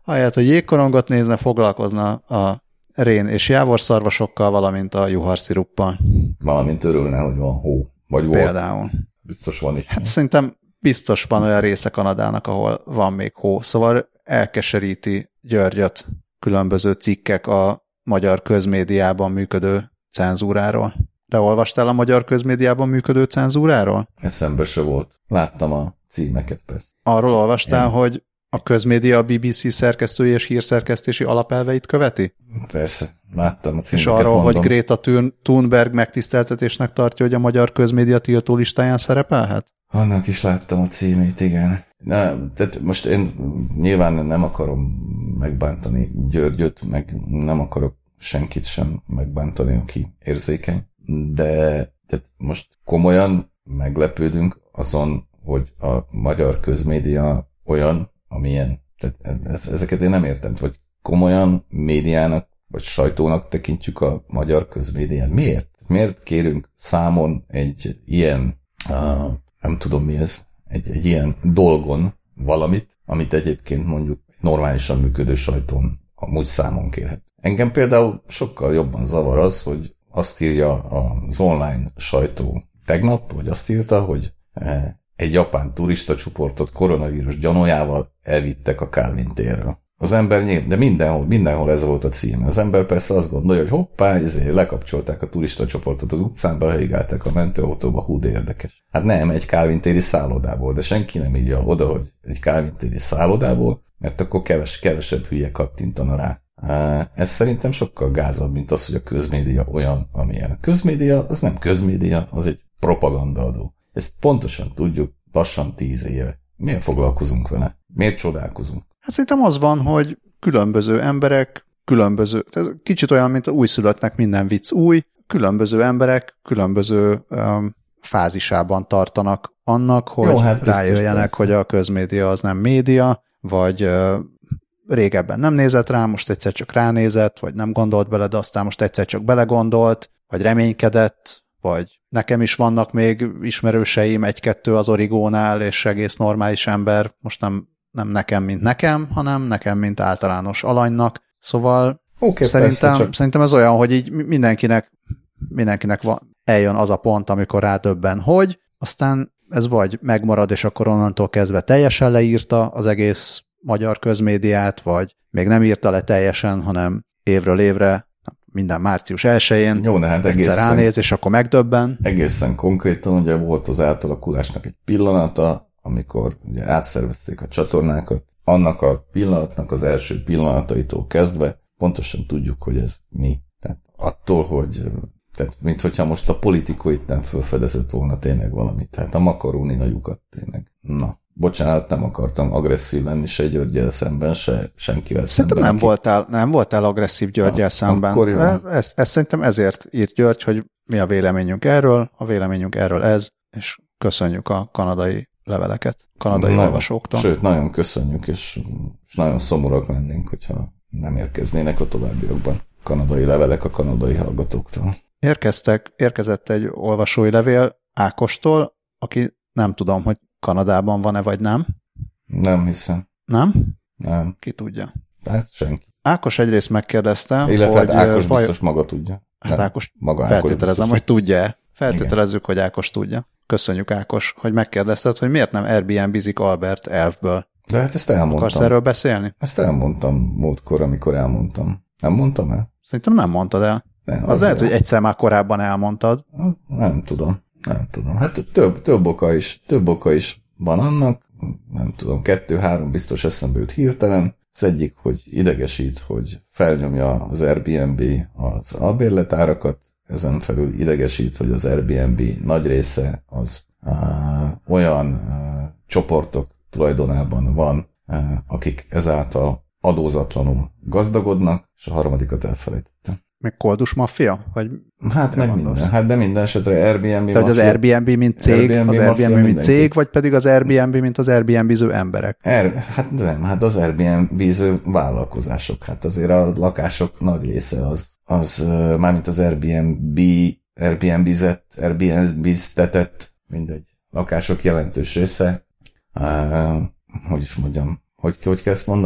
Ahelyett, hogy jégkorongot nézne, foglalkozna a rén és jávorszarvasokkal, valamint a juharsziruppal. Valamint örülne, hogy van hó. Vagy volt. Például. Biztos van is. Hát szerintem biztos van olyan része Kanadának, ahol van még hó. Szóval elkeseríti Györgyöt különböző cikkek a magyar közmédiában működő cenzúráról. De olvastál a magyar közmédiában működő cenzúráról? Eszembe se volt. Láttam a címeket persze. Arról olvastál, Én. hogy a közmédia a bé bé cé szerkesztői és hírszerkesztési alapelveit követi? Persze, láttam a címeket. És arról, mondom. hogy Greta Thunberg megtiszteltetésnek tartja, hogy a magyar közmédia tiltó listáján szerepelhet? Annak is láttam a címét, igen. Na, tehát most én nyilván nem akarom megbántani Györgyöt, meg nem akarok senkit sem megbántani, aki érzékeny, de tehát most komolyan meglepődünk azon, hogy a magyar közmédia olyan, amilyen. Tehát ezeket én nem értem, hogy komolyan médiának, vagy sajtónak tekintjük a magyar közmédiát. Miért? Miért kérünk számon egy ilyen, uh, nem tudom mi ez, egy, egy ilyen dolgon valamit, amit egyébként mondjuk normálisan működő sajtón amúgy számon kérhet. Engem például sokkal jobban zavar az, hogy azt írja az online sajtó tegnap, vagy azt írta, hogy egy japán turista csoportot koronavírus gyanújával elvittek a Kálvin térről. Az ember nyilván, de mindenhol, mindenhol ez volt a címe. Az ember persze azt gondolja, hogy hoppá, ezért lekapcsolták a turista csoportot az utcán, behelyigálták a mentőautóba, hú, de érdekes. Hát nem, egy Kálvin téri szállodából, de senki nem írja oda, hogy egy Kálvin téri szállodából, mert akkor keves, kevesebb hülye kattintana rá. Ez szerintem sokkal gázabb, mint az, hogy a közmédia olyan, amilyen. A közmédia az nem közmédia, az egy propagandaadó. Ezt pontosan tudjuk, lassan tíz éve. Miért foglalkozunk vele? Miért csodálkozunk? Hát szerintem az van, hogy különböző emberek, különböző, ez kicsit olyan, mint az újszülöttnek minden vicc új, különböző emberek különböző um, fázisában tartanak annak, hogy Jó, hát rájöjjenek, hogy a közmédia az nem média, vagy uh, régebben nem nézett rá, most egyszer csak ránézett, vagy nem gondolt bele, de aztán most egyszer csak belegondolt, vagy reménykedett, vagy nekem is vannak még ismerőseim, egy-kettő az Origónál, és egész normális ember, most nem, nem nekem, mint nekem, hanem nekem, mint általános alanynak. Szóval okay, szerintem, persze, csak... szerintem ez olyan, hogy így mindenkinek, mindenkinek van, eljön az a pont, amikor rádöbben, hogy aztán ez vagy megmarad, és akkor onnantól kezdve teljesen leírta az egész magyar közmédiát, vagy még nem írta le teljesen, hanem évről évre, minden március elsején Jó, hát egyszer ránéz, és akkor megdöbben. Egészen konkrétan ugye volt az átalakulásnak egy pillanata, amikor ugye átszervezték a csatornákat, annak a pillanatnak az első pillanataitól kezdve pontosan tudjuk, hogy ez mi. Tehát attól, hogy tehát, mint hogyha most a politikóit nem felfedezett volna tényleg valamit. Tehát a makaróni nagyukat tényleg. Na. Bocsánat, nem akartam agresszív lenni se Györgyel szemben, se senkivel szerintem szemben. Nem voltál, nem voltál agresszív Györgyel szemben. Ezt, ezt szerintem ezért írt György, hogy mi a véleményünk erről, a véleményünk erről ez, és köszönjük a kanadai leveleket, kanadai nagyon, olvasóktól. Sőt, nagyon köszönjük, és, és nagyon szomorúak lennénk, hogyha nem érkeznének a továbbiakban kanadai levelek a kanadai hallgatóktól. Érkeztek, érkezett egy olvasói levél Ákostól, aki nem tudom, hogy Kanadában van-e, vagy nem? Nem hiszem. Nem? Nem. Ki tudja? Hát senki. Ákos egyrészt megkérdezte, illetve hogy... hát Ákos vaj... biztos maga tudja. Hát nem, Ákos maga feltételezem, Ákos hogy tudja. Feltételezzük, igen, hogy Ákos tudja. Köszönjük, Ákos, hogy megkérdezted, hogy miért nem Airbnb-zik Albert elfből. De hát ezt elmondtam. Akarsz erről beszélni? Ezt elmondtam múltkor, amikor elmondtam. Nem mondtam el? Szerintem nem mondtad el. Nem, az, az lehet, el. hogy egyszer már korábban elmondtad. Nem tudom. Nem tudom. Hát több, több oka is, több oka is van annak, nem tudom, kettő-három biztos eszembe jut hirtelen. Az egyik, hogy idegesít, hogy felnyomja az Airbnb az albérletárakat, ezen felül idegesít, hogy az Airbnb nagy része az uh, olyan uh, csoportok tulajdonában van, uh, akik ezáltal adózatlanul gazdagodnak, és a harmadikat elfelejtettem. Meg koldus maffia? Vagy hát meg minden. Hát de minden esetre Airbnb de az Airbnb mint cég, Airbnb az Airbnb mint cég, vagy pedig az Airbnb mint az Airbnb-ző emberek? Air, hát nem, hát az Airbnb-ző vállalkozások. Hát azért a lakások nagy része az, az mármint az Airbnb, Airbnb-zett, Airbnb-ztetett, mindegy. Lakások jelentős része. Uh, hogy is mondjam, hogy, hogy kell ezt mondani?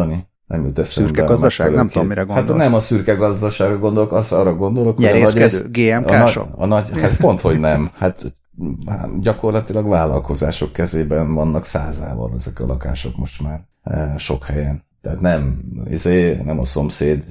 Nem jut eszembe. Szürke gazdaság? Nem tudom, mire gondolsz. Hát nem a szürke gazdaságra gondolok, az arra gondolok, hogy a nagy gé em ká-sok? A, a nagy, hát pont, hogy nem. Hát gyakorlatilag vállalkozások kezében vannak százával ezek a lakások most már sok helyen. Tehát nem, izé, nem a szomszéd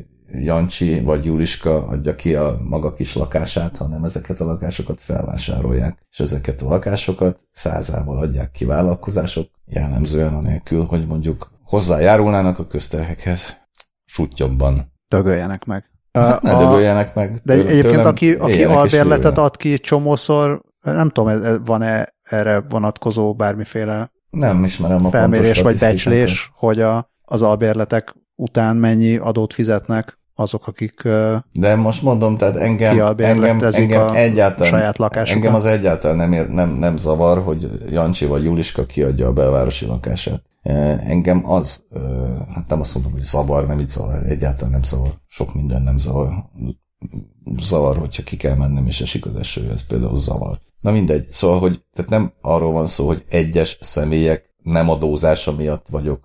Jancsi vagy Juliska adja ki a maga kis lakását, hanem ezeket a lakásokat felvásárolják. És ezeket a lakásokat százával adják ki vállalkozások, jellemzően anélkül, hogy mondjuk hozzájárulnának a közterhekhez. Sutyobban. Dögöljenek meg. Hát ne a... dögöljenek meg. De tőlem, egyébként aki, aki albérletet ad ki csomószor, nem tudom, van-e erre vonatkozó bármiféle nem ismerem a felmérés vagy becslés, hogy a, az albérletek után mennyi adót fizetnek azok, akik de most mondom, tehát engem, engem, engem a egyáltalán, saját lakásukat. Engem az egyáltalán nem, ér, nem, nem zavar, hogy Jancsi vagy Juliska kiadja a belvárosi lakását. Engem az, hát nem azt mondom, hogy zavar, nem így zavar, egyáltalán nem zavar. Sok minden nem zavar. Zavar, hogyha ki kell mennem, és esik az eső, ez például zavar. Na mindegy, szóval, hogy tehát nem arról van szó, hogy egyes személyek nem adózása miatt vagyok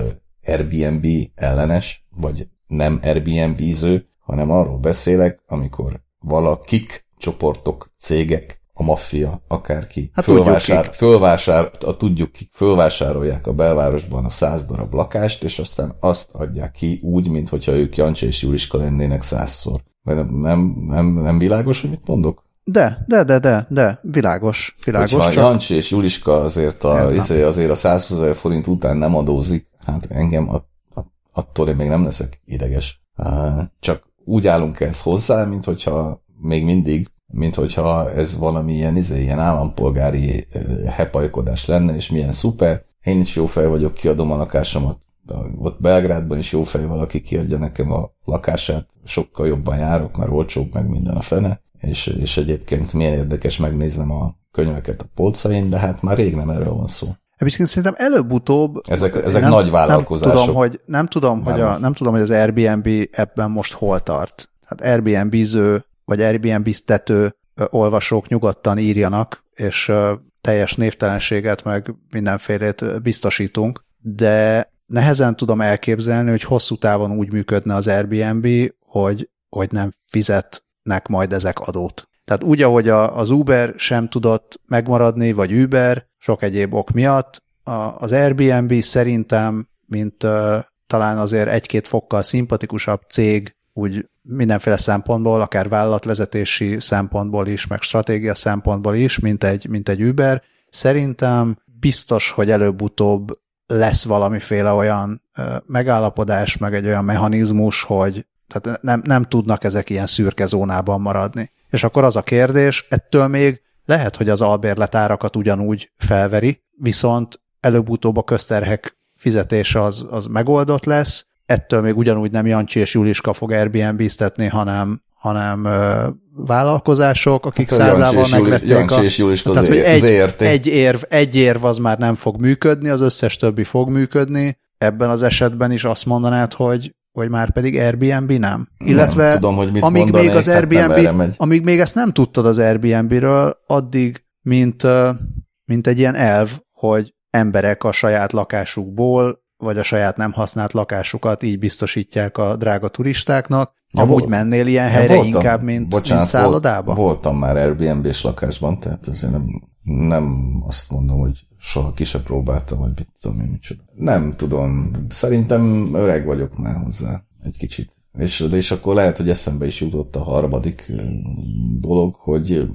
Airbnb ellenes, vagy nem Airbnb-ző, hanem arról beszélek, amikor valakik, csoportok, cégek, a maffia, akárki, hát fölvásár, fölvásár, a tudjuk kik, fölvásárolják a belvárosban a száz darab lakást, és aztán azt adják ki úgy, mintha ők Jancsi és Juliska lennének százszor. Nem, nem, nem, nem világos, hogy mit mondok? De, de, de, de, de, világos, világos. Hogyha csak... Jancsi és Juliska azért a, izé, azért a százhúszezer forint után nem adózik, hát engem a, a, attól én még nem leszek ideges. Csak úgy állunk ezt hozzá, mint hogyha még mindig, mint hogyha ez valami ilyen, izé, ilyen állampolgári hepajkodás lenne, és milyen szuper. Én is jó fej vagyok, kiadom a lakásomat. Ott Belgrádban is jó fej valaki kiadja nekem a lakását, sokkal jobban járok, mert olcsóbb meg minden a fene. És, és egyébként milyen érdekes megnéznem a könyveket a polcain, de hát már rég nem erről van szó. Egyébként szerintem előbb-utóbb... Ezek, ezek nem, nagy vállalkozások. Nem tudom, hogy, nem, tudom, hogy a, nem tudom, hogy az Airbnb ebben most hol tart. Hát Airbnb-ző, vagy Airbnb-ztető olvasók nyugodtan írjanak, és teljes névtelenséget, meg mindenfélét biztosítunk, de nehezen tudom elképzelni, hogy hosszú távon úgy működne az Airbnb, hogy, hogy nem fizet nek majd ezek adót. Tehát úgy, ahogy a, az Uber sem tudott megmaradni, vagy Uber, sok egyéb ok miatt, a, az Airbnb szerintem, mint uh, talán azért egy-két fokkal szimpatikusabb cég, úgy mindenféle szempontból, akár vállalatvezetési szempontból is, meg stratégia szempontból is, mint egy, mint egy Uber, szerintem biztos, hogy előbb-utóbb lesz valamiféle olyan uh, megállapodás, meg egy olyan mechanizmus, hogy tehát nem, nem tudnak ezek ilyen szürke zónában maradni. És akkor az a kérdés, ettől még lehet, hogy az albérletárakat ugyanúgy felveri, viszont előbb-utóbb a közterhek fizetése az, az megoldott lesz, ettől még ugyanúgy nem Jancsi és Juliska fog Airbnb-ztetni, hanem, hanem ö, vállalkozások, akik hát százával megvették Jancsi a... és Juliska tehát, zé, egy, zé egy, érv, egy érv az már nem fog működni, az összes többi fog működni. Ebben az esetben is azt mondanád, hogy vagy már pedig Airbnb nem. Illetve nem tudom, hogy mit amíg mondanék, még az Airbnb, hát amíg még ezt nem tudtad az Airbnb-ről, addig, mint, mint egy ilyen elv, hogy emberek a saját lakásukból, vagy a saját nem használt lakásukat így biztosítják a drága turistáknak. Ja, amúgy vol- mennél ilyen helyre voltam, inkább, mint, bocsánat, mint szállodába? Voltam már Airbnb-s lakásban, tehát azért nem, nem azt mondom, hogy soha ki se próbáltam, vagy mit tudom én, micsoda. Nem tudom, szerintem öreg vagyok már hozzá egy kicsit. És, és akkor lehet, hogy eszembe is jutott a harmadik dolog, hogy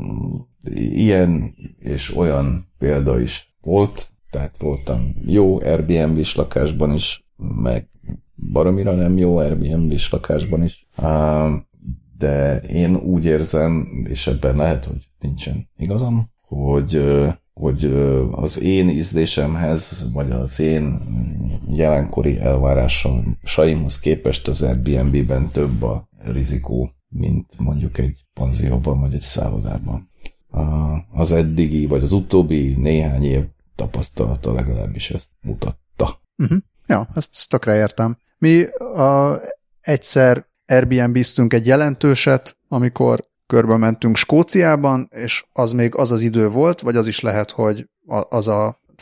ilyen és olyan példa is volt, tehát voltam jó Airbnb-s lakásban is, meg baromira nem jó Airbnb-s lakásban is, de én úgy érzem, és ebben lehet, hogy nincsen igazam, hogy hogy az én ízlésemhez, vagy az én jelenkori elvárásaimhoz képest az Airbnb-ben több a rizikó, mint mondjuk egy panzióban, vagy egy szállodában. Az eddigi, vagy az utóbbi néhány év tapasztalata legalábbis ezt mutatta. Uh-huh. Ja, ezt, ezt tökre értem. Mi a, egyszer Airbnb-ztünk egy jelentőset, amikor körbe mentünk Skóciában, és az még az az idő volt, vagy az is lehet, hogy az a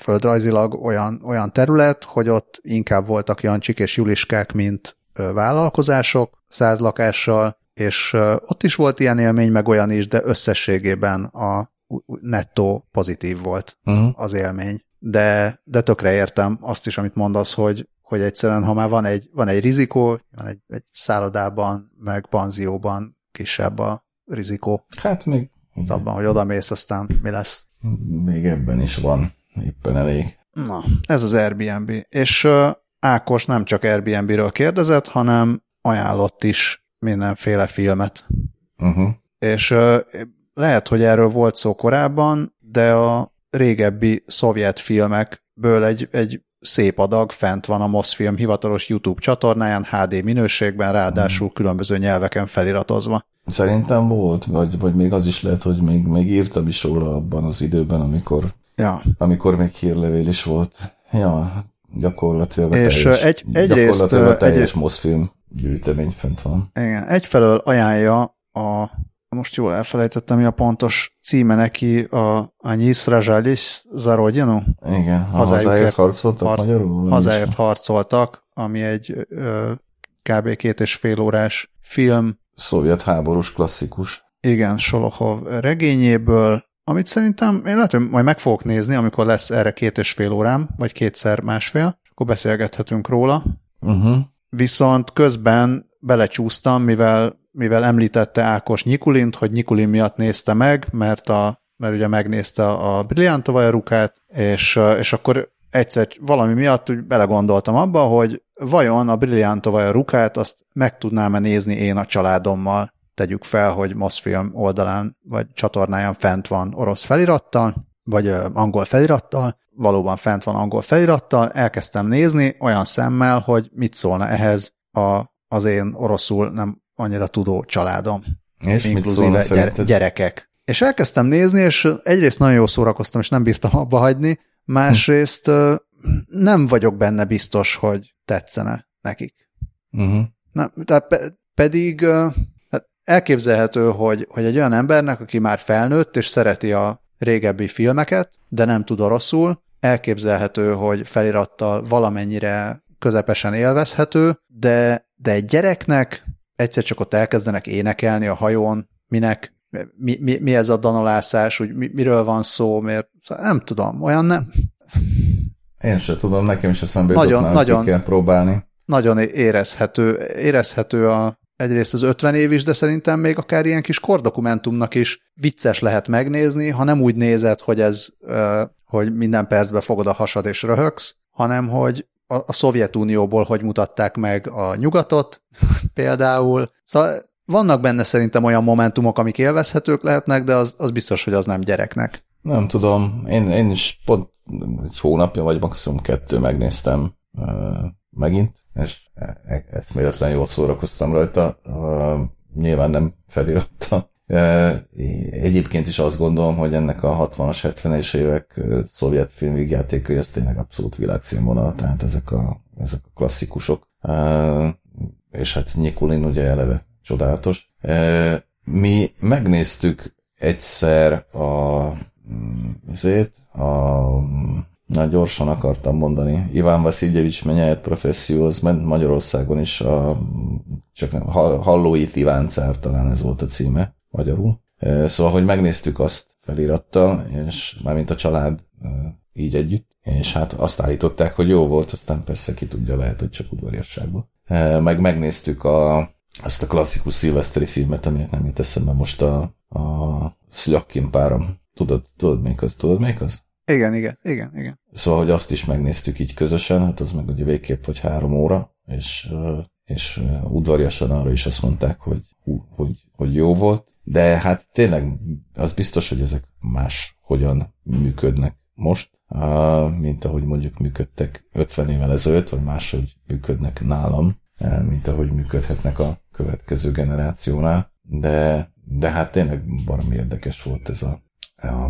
földrajzilag olyan, olyan terület, hogy ott inkább voltak Jancsik és Juliskák, mint vállalkozások száz lakással, és ott is volt ilyen élmény, meg olyan is, de összességében a nettó pozitív volt uh-huh. az élmény. De, de tökre értem azt is, amit mondasz, hogy, hogy egyszerűen, ha már van egy, van egy rizikó, van egy, egy szállodában, meg panzióban kisebb a rizikó. Hát még... Abban, hogy odamész, aztán mi lesz? Még ebben is van éppen elég. Na, ez az Airbnb. És uh, Ákos nem csak Airbnb-ről kérdezett, hanem ajánlott is mindenféle filmet. Uh-huh. És uh, lehet, hogy erről volt szó korábban, de a régebbi szovjet filmekből egy, egy szép adag fent van a Mosfilm hivatalos YouTube csatornáján, há dé minőségben, ráadásul uh-huh. különböző nyelveken feliratozva. Szerintem volt, vagy, vagy még az is lehet, hogy még, még írtam is róla abban az időben, amikor, ja. amikor még hírlevél is volt. Ja, gyakorlatilag a és teljes, egy, egyrészt, gyakorlatilag a teljes egyrészt, Mosfilm gyűjtemény fent van. Igen, egyfelől ajánlja a, most jól elfelejtettem, mi a pontos címe neki, a Anyi Srajalis Zarodjanu? Igen, a hazáért harcoltak har- magyarul? Hazáért harcoltak, ami egy ö, kb. két és fél órás film. Szovjet háborús klasszikus. Igen, Solokhov regényéből, amit szerintem én lehet, hogy majd meg fogok nézni, amikor lesz erre két és fél órám, vagy kétszer másfél, és akkor beszélgethetünk róla. Uh-huh. Viszont közben belecsúsztam, mivel, mivel említette Ákos Nyikulint, hogy Nyikulin miatt nézte meg, mert, a, mert ugye megnézte a Brilliantovaja Rukát, és, és akkor egyszer valami miatt úgy belegondoltam abba, hogy vajon a Brilliantovaja Rukát azt meg tudnám-e nézni én a családommal. Tegyük fel, hogy Mosfilm oldalán vagy csatornáján fent van orosz felirattal, vagy ö, angol felirattal, valóban fent van angol felirattal, elkezdtem nézni olyan szemmel, hogy mit szólna ehhez a, az én oroszul nem annyira tudó családom. És inkluzíve gyere, gyerekek. És elkezdtem nézni, és egyrészt nagyon jól szórakoztam, és nem bírtam abba hagyni, másrészt ö, nem vagyok benne biztos, hogy tetszene nekik. Uh-huh. Nem, tehát pe, pedig ö, hát elképzelhető, hogy, hogy egy olyan embernek, aki már felnőtt, és szereti a régebbi filmeket, de nem tud oroszul, elképzelhető, hogy felirattal valamennyire közepesen élvezhető, de, de egy gyereknek egyszer csak ott elkezdenek énekelni a hajón, minek, mi, mi, mi ez a danolászás, úgy mi, miről van szó, miért, nem tudom, olyan nem. Én sem tudom, nekem is eszembe jutott, nagyon, már nagyon, ki kell próbálni. Nagyon érezhető, érezhető a, egyrészt az ötven év is, de szerintem még akár ilyen kis kordokumentumnak is vicces lehet megnézni, ha nem úgy nézed, hogy ez, hogy minden percben fogod a hasad és röhögsz, hanem hogy a, a Szovjetunióból hogy mutatták meg a nyugatot például. Szóval vannak benne szerintem olyan momentumok, amik élvezhetők lehetnek, de az, az biztos, hogy az nem gyereknek. Nem tudom, én, én is pont egy hónapja, vagy maximum kettő megnéztem uh, megint, és ezt méletlen jól szórakoztam rajta. Uh, nyilván nem felirattal. Uh, egyébként is azt gondolom, hogy ennek a hatvanas, hetvenes évek uh, szovjet filmvígjátékai az tényleg abszolút világszínvonal, tehát ezek a, ezek a klasszikusok. Uh, és hát Nyikulin ugye eleve csodálatos. Uh, mi megnéztük egyszer a ezért a na gyorsan akartam mondani, Iván Vasziljevics Menyajet Professzió, az ment Magyarországon is, a, csak nem, Hallóit Iván cár, talán ez volt a címe magyarul. Szóval, hogy megnéztük azt felirattal, és mármint a család így együtt, és hát azt állították, hogy jó volt, aztán persze ki tudja, lehet, hogy csak udvariasságban. Meg megnéztük a, azt a klasszikus szilveszteri filmet, aminek nem jut eszembe most a, a Szlyakin párom. Tudod, tudod még az? Tudod még az? Igen, igen, igen, igen. Szóval, hogy azt is megnéztük így közösen, hát az meg ugye végképp vagy három óra, és, és udvariasan arra is azt mondták, hogy, hogy, hogy jó volt, de hát tényleg az biztos, hogy ezek más hogyan működnek most, mint ahogy mondjuk működtek ötven évvel ezelőtt, vagy máshogy működnek nálam, mint ahogy működhetnek a következő generációnál, de, de hát tényleg valami érdekes volt ez a a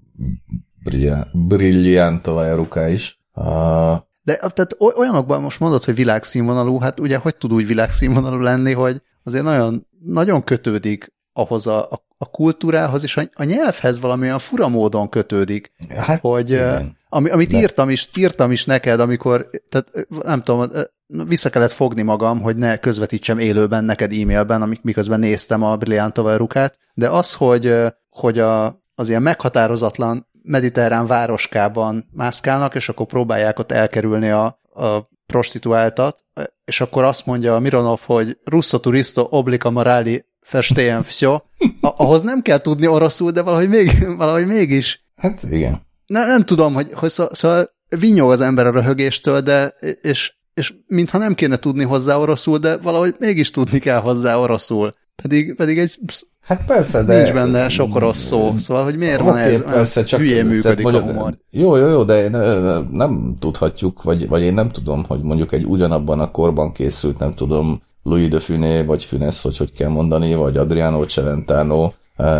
Brilliantovaja Ruka is. A... De tehát olyanokban most mondod, hogy világszínvonalú, hát ugye hogy tud úgy világszínvonalú lenni, hogy azért nagyon, nagyon kötődik ahhoz a, a, a kultúrához és a, a nyelvhez valamilyen fura módon kötődik. Hát, hogy igen. Ami, amit írtam is, írtam is neked, amikor, tehát nem tudom, vissza kellett fogni magam, hogy ne közvetítsem élőben neked e-mailben, amik miközben néztem a Brilliantova Rukát, de az, hogy, hogy a, az ilyen meghatározatlan mediterrán városkában mászkálnak, és akkor próbálják ott elkerülni a, a prostituáltat, és akkor azt mondja Mironov, hogy russo turisto obliga morali verstehen всё. Ahhoz nem kell tudni oroszul, de valahogy, még, valahogy mégis. Hát igen. Ne, nem tudom, hogy, hogy szó, szóval vinyog az ember a röhögéstől, de és, és mintha nem kéne tudni hozzá oroszul, de valahogy mégis tudni kell hozzá oroszul. Pedig, pedig egy hát persze, de nincs benne sok orosz szó, szóval hogy miért okay, van ez, persze, csak, hülyén működik mondjuk, a humor. Jó, jó, jó, de nem tudhatjuk, vagy, vagy én nem tudom, hogy mondjuk egy ugyanabban a korban készült, nem tudom, Louis de Funès, vagy Funès, hogy hogy kell mondani, vagy Adriano Celentano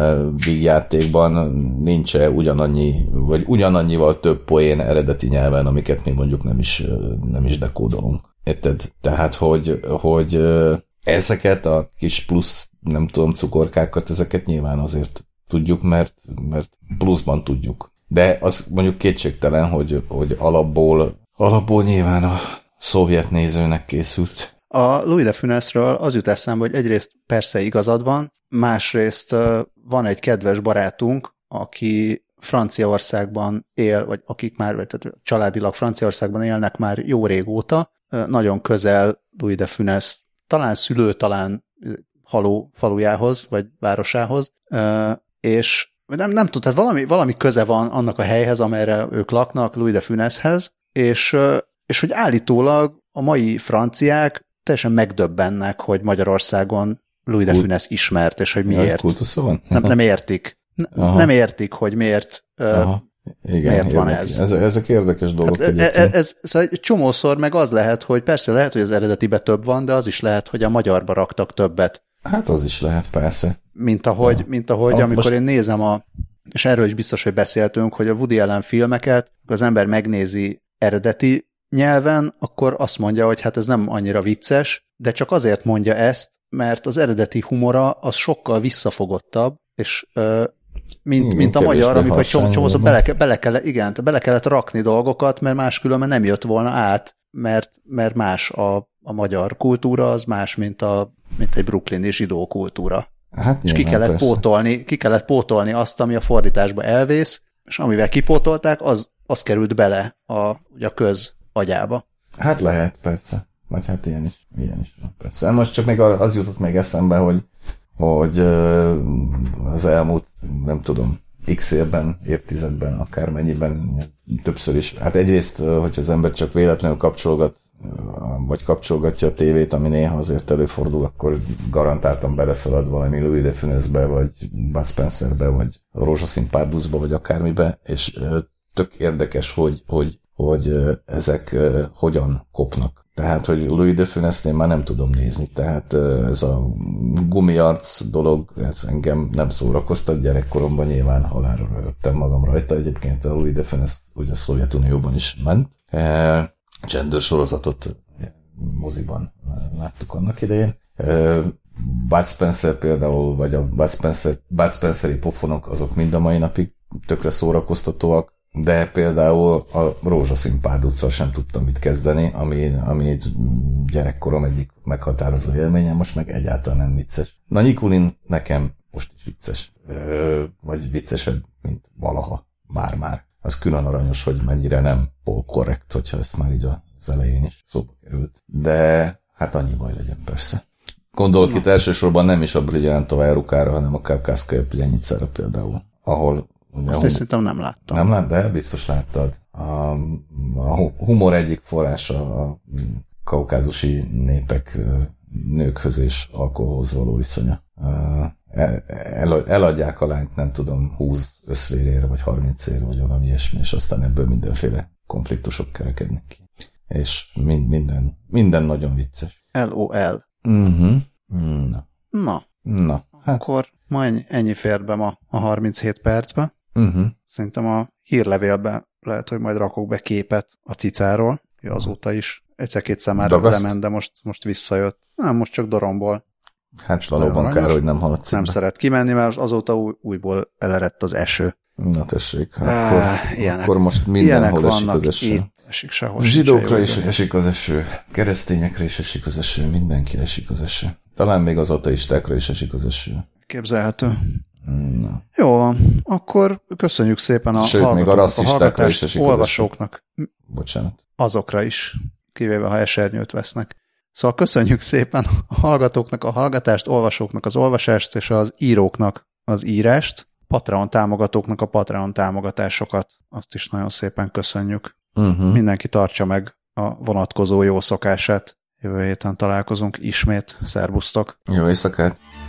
vígjátékban nincs-e ugyanannyi, vagy ugyanannyival több poén eredeti nyelven, amiket mi mondjuk nem is, nem is dekódolunk. Érted? Tehát, hogy, hogy ezeket a kis plusz, nem tudom, cukorkákat, ezeket nyilván azért tudjuk, mert, mert pluszban tudjuk. De az mondjuk kétségtelen, hogy, hogy alapból, alapból nyilván a szovjet nézőnek készült. A Louis de Funèsről az jut eszembe, hogy egyrészt persze igazad van, másrészt van egy kedves barátunk, aki Franciaországban él, vagy akik már tehát családilag Franciaországban élnek már jó régóta, nagyon közel Louis de Funès, talán szülő, talán haló falujához, vagy városához, és nem, nem tudom, tehát valami, valami köze van annak a helyhez, amelyre ők laknak, Louis de Funèshez, és, és hogy állítólag a mai franciák teljesen megdöbbennek, hogy Magyarországon Louis de Funès ismert, és hogy miért. Kultusza van? Nem, nem értik. Aha. Nem értik, hogy miért, Aha. Igen, miért van érdekes. ez. Ezek érdekes dolgok. Hát, ez, ez, szóval egy csomószor meg az lehet, hogy persze lehet, hogy az eredetibe több van, de az is lehet, hogy a magyarba raktak többet. Hát az is lehet, persze. Mint ahogy, ja. mint ahogy ah, amikor most... én nézem a, és erről is biztos, hogy beszéltünk, hogy a Woody Allen filmeket, az ember megnézi eredeti nyelven, akkor azt mondja, hogy hát ez nem annyira vicces, de csak azért mondja ezt, mert az eredeti humora az sokkal visszafogottabb, és ö, mint, igen, mint a magyar, amikor csomószor bele, bele, kell, igen, bele kellett rakni dolgokat, mert máskülönben nem jött volna át, mert, mert más a, a magyar kultúra, az más, mint, a, mint egy brooklyni zsidó kultúra. Hát és ki kellett, pótolni, ki kellett pótolni azt, ami a fordításba elvész, és amivel kipótolták, az, az került bele a, a köz agyába. Hát lehet, persze. Vagy hát ilyen is, ilyen is van, persze. Most csak még az jutott még eszembe, hogy, hogy az elmúlt, nem tudom, x évben, évtizedben, akármennyiben, többször is. Hát egyrészt, hogyha az ember csak véletlenül kapcsolgat, vagy kapcsolgatja a tévét, ami néha azért előfordul, akkor garantáltan beleszalad valami Louis de Funèsbe, vagy Bud Spencerbe, vagy a Rózsaszín párducba, vagy akármibe, és tök érdekes, hogy, hogy, hogy ezek hogyan kopnak. Tehát, hogy Louis de Funèsnél már nem tudom nézni, tehát ez a gumiarc dolog, ez engem nem szórakoztat, gyerekkoromban nyilván halálra röhögtem magam rajta, egyébként a Louis de Funès ugye a Szovjetunióban is ment. Gender sorozatot moziban láttuk annak idején. Bud Spencer például, vagy a Bud, Spencer, Bud Spenceri pofonok, azok mind a mai napig tökre szórakoztatóak, de például a Rózsaszín párduccal sem tudtam mit kezdeni, ami, ami gyerekkorom egyik meghatározó élménye, most meg egyáltalán nem vicces. Na, Nikulin nekem most is vicces. Ö, vagy viccesebb, mint valaha. Már-már. Az külön aranyos, hogy mennyire nem polkorrekt, hogyha ezt már így az elején is szóba került. De hát annyi baj legyen persze. Gondolok itt elsősorban nem is a Brilliantova Rukára, hanem a Kavkázskaja Plenyicara például, ahol azt is szerintem nem láttam. Nem láttad, de biztos láttad. A, a humor egyik forrása a kaukázusi népek nőkhöz és alkoholhoz való viszonya. El, eladják a lányt, nem tudom, húsz összvérére, vagy harmincért, vagy valami ilyesmi, és aztán ebből mindenféle konfliktusok kerekednek ki. És mind, minden, minden nagyon vicces. LOL. Uh-huh. Na. Na. Na. Hát. Akkor ma ennyi, ennyi fér be ma a harminchét percbe. Uh-huh. Szerintem a hírlevélben lehet, hogy majd rakok be képet a cicáról. Ja, azóta is egyszer-kétszer már lement, de most, most visszajött. Nem, most csak doromból. Hát valóban kár, hogy nem haladsz. Nem szeret kimenni, mert azóta új, újból elerett az eső. Na tessék, akkor, ilyenek, akkor most mindenhol esik az eső. Itt esik sehol. Zsidókra is esik az eső, keresztényekre is esik az eső, mindenkire esik az eső. Talán még az ateistákra is esik az eső. Képzelhető. Na. Jó van, akkor köszönjük szépen a Sőt, még a rasszistákra is esik olvasóknak. Bocsánat. Azokra is, kivéve ha esernyőt vesznek. Szóval köszönjük szépen a hallgatóknak a hallgatást, olvasóknak az olvasást, és az íróknak az írást, Patreon támogatóknak a Patreon támogatásokat. Azt is nagyon szépen köszönjük. Uh-huh. Mindenki tartsa meg a vonatkozó jó szokását. Jövő héten találkozunk ismét. Szerbusztok! Jó éjszakát!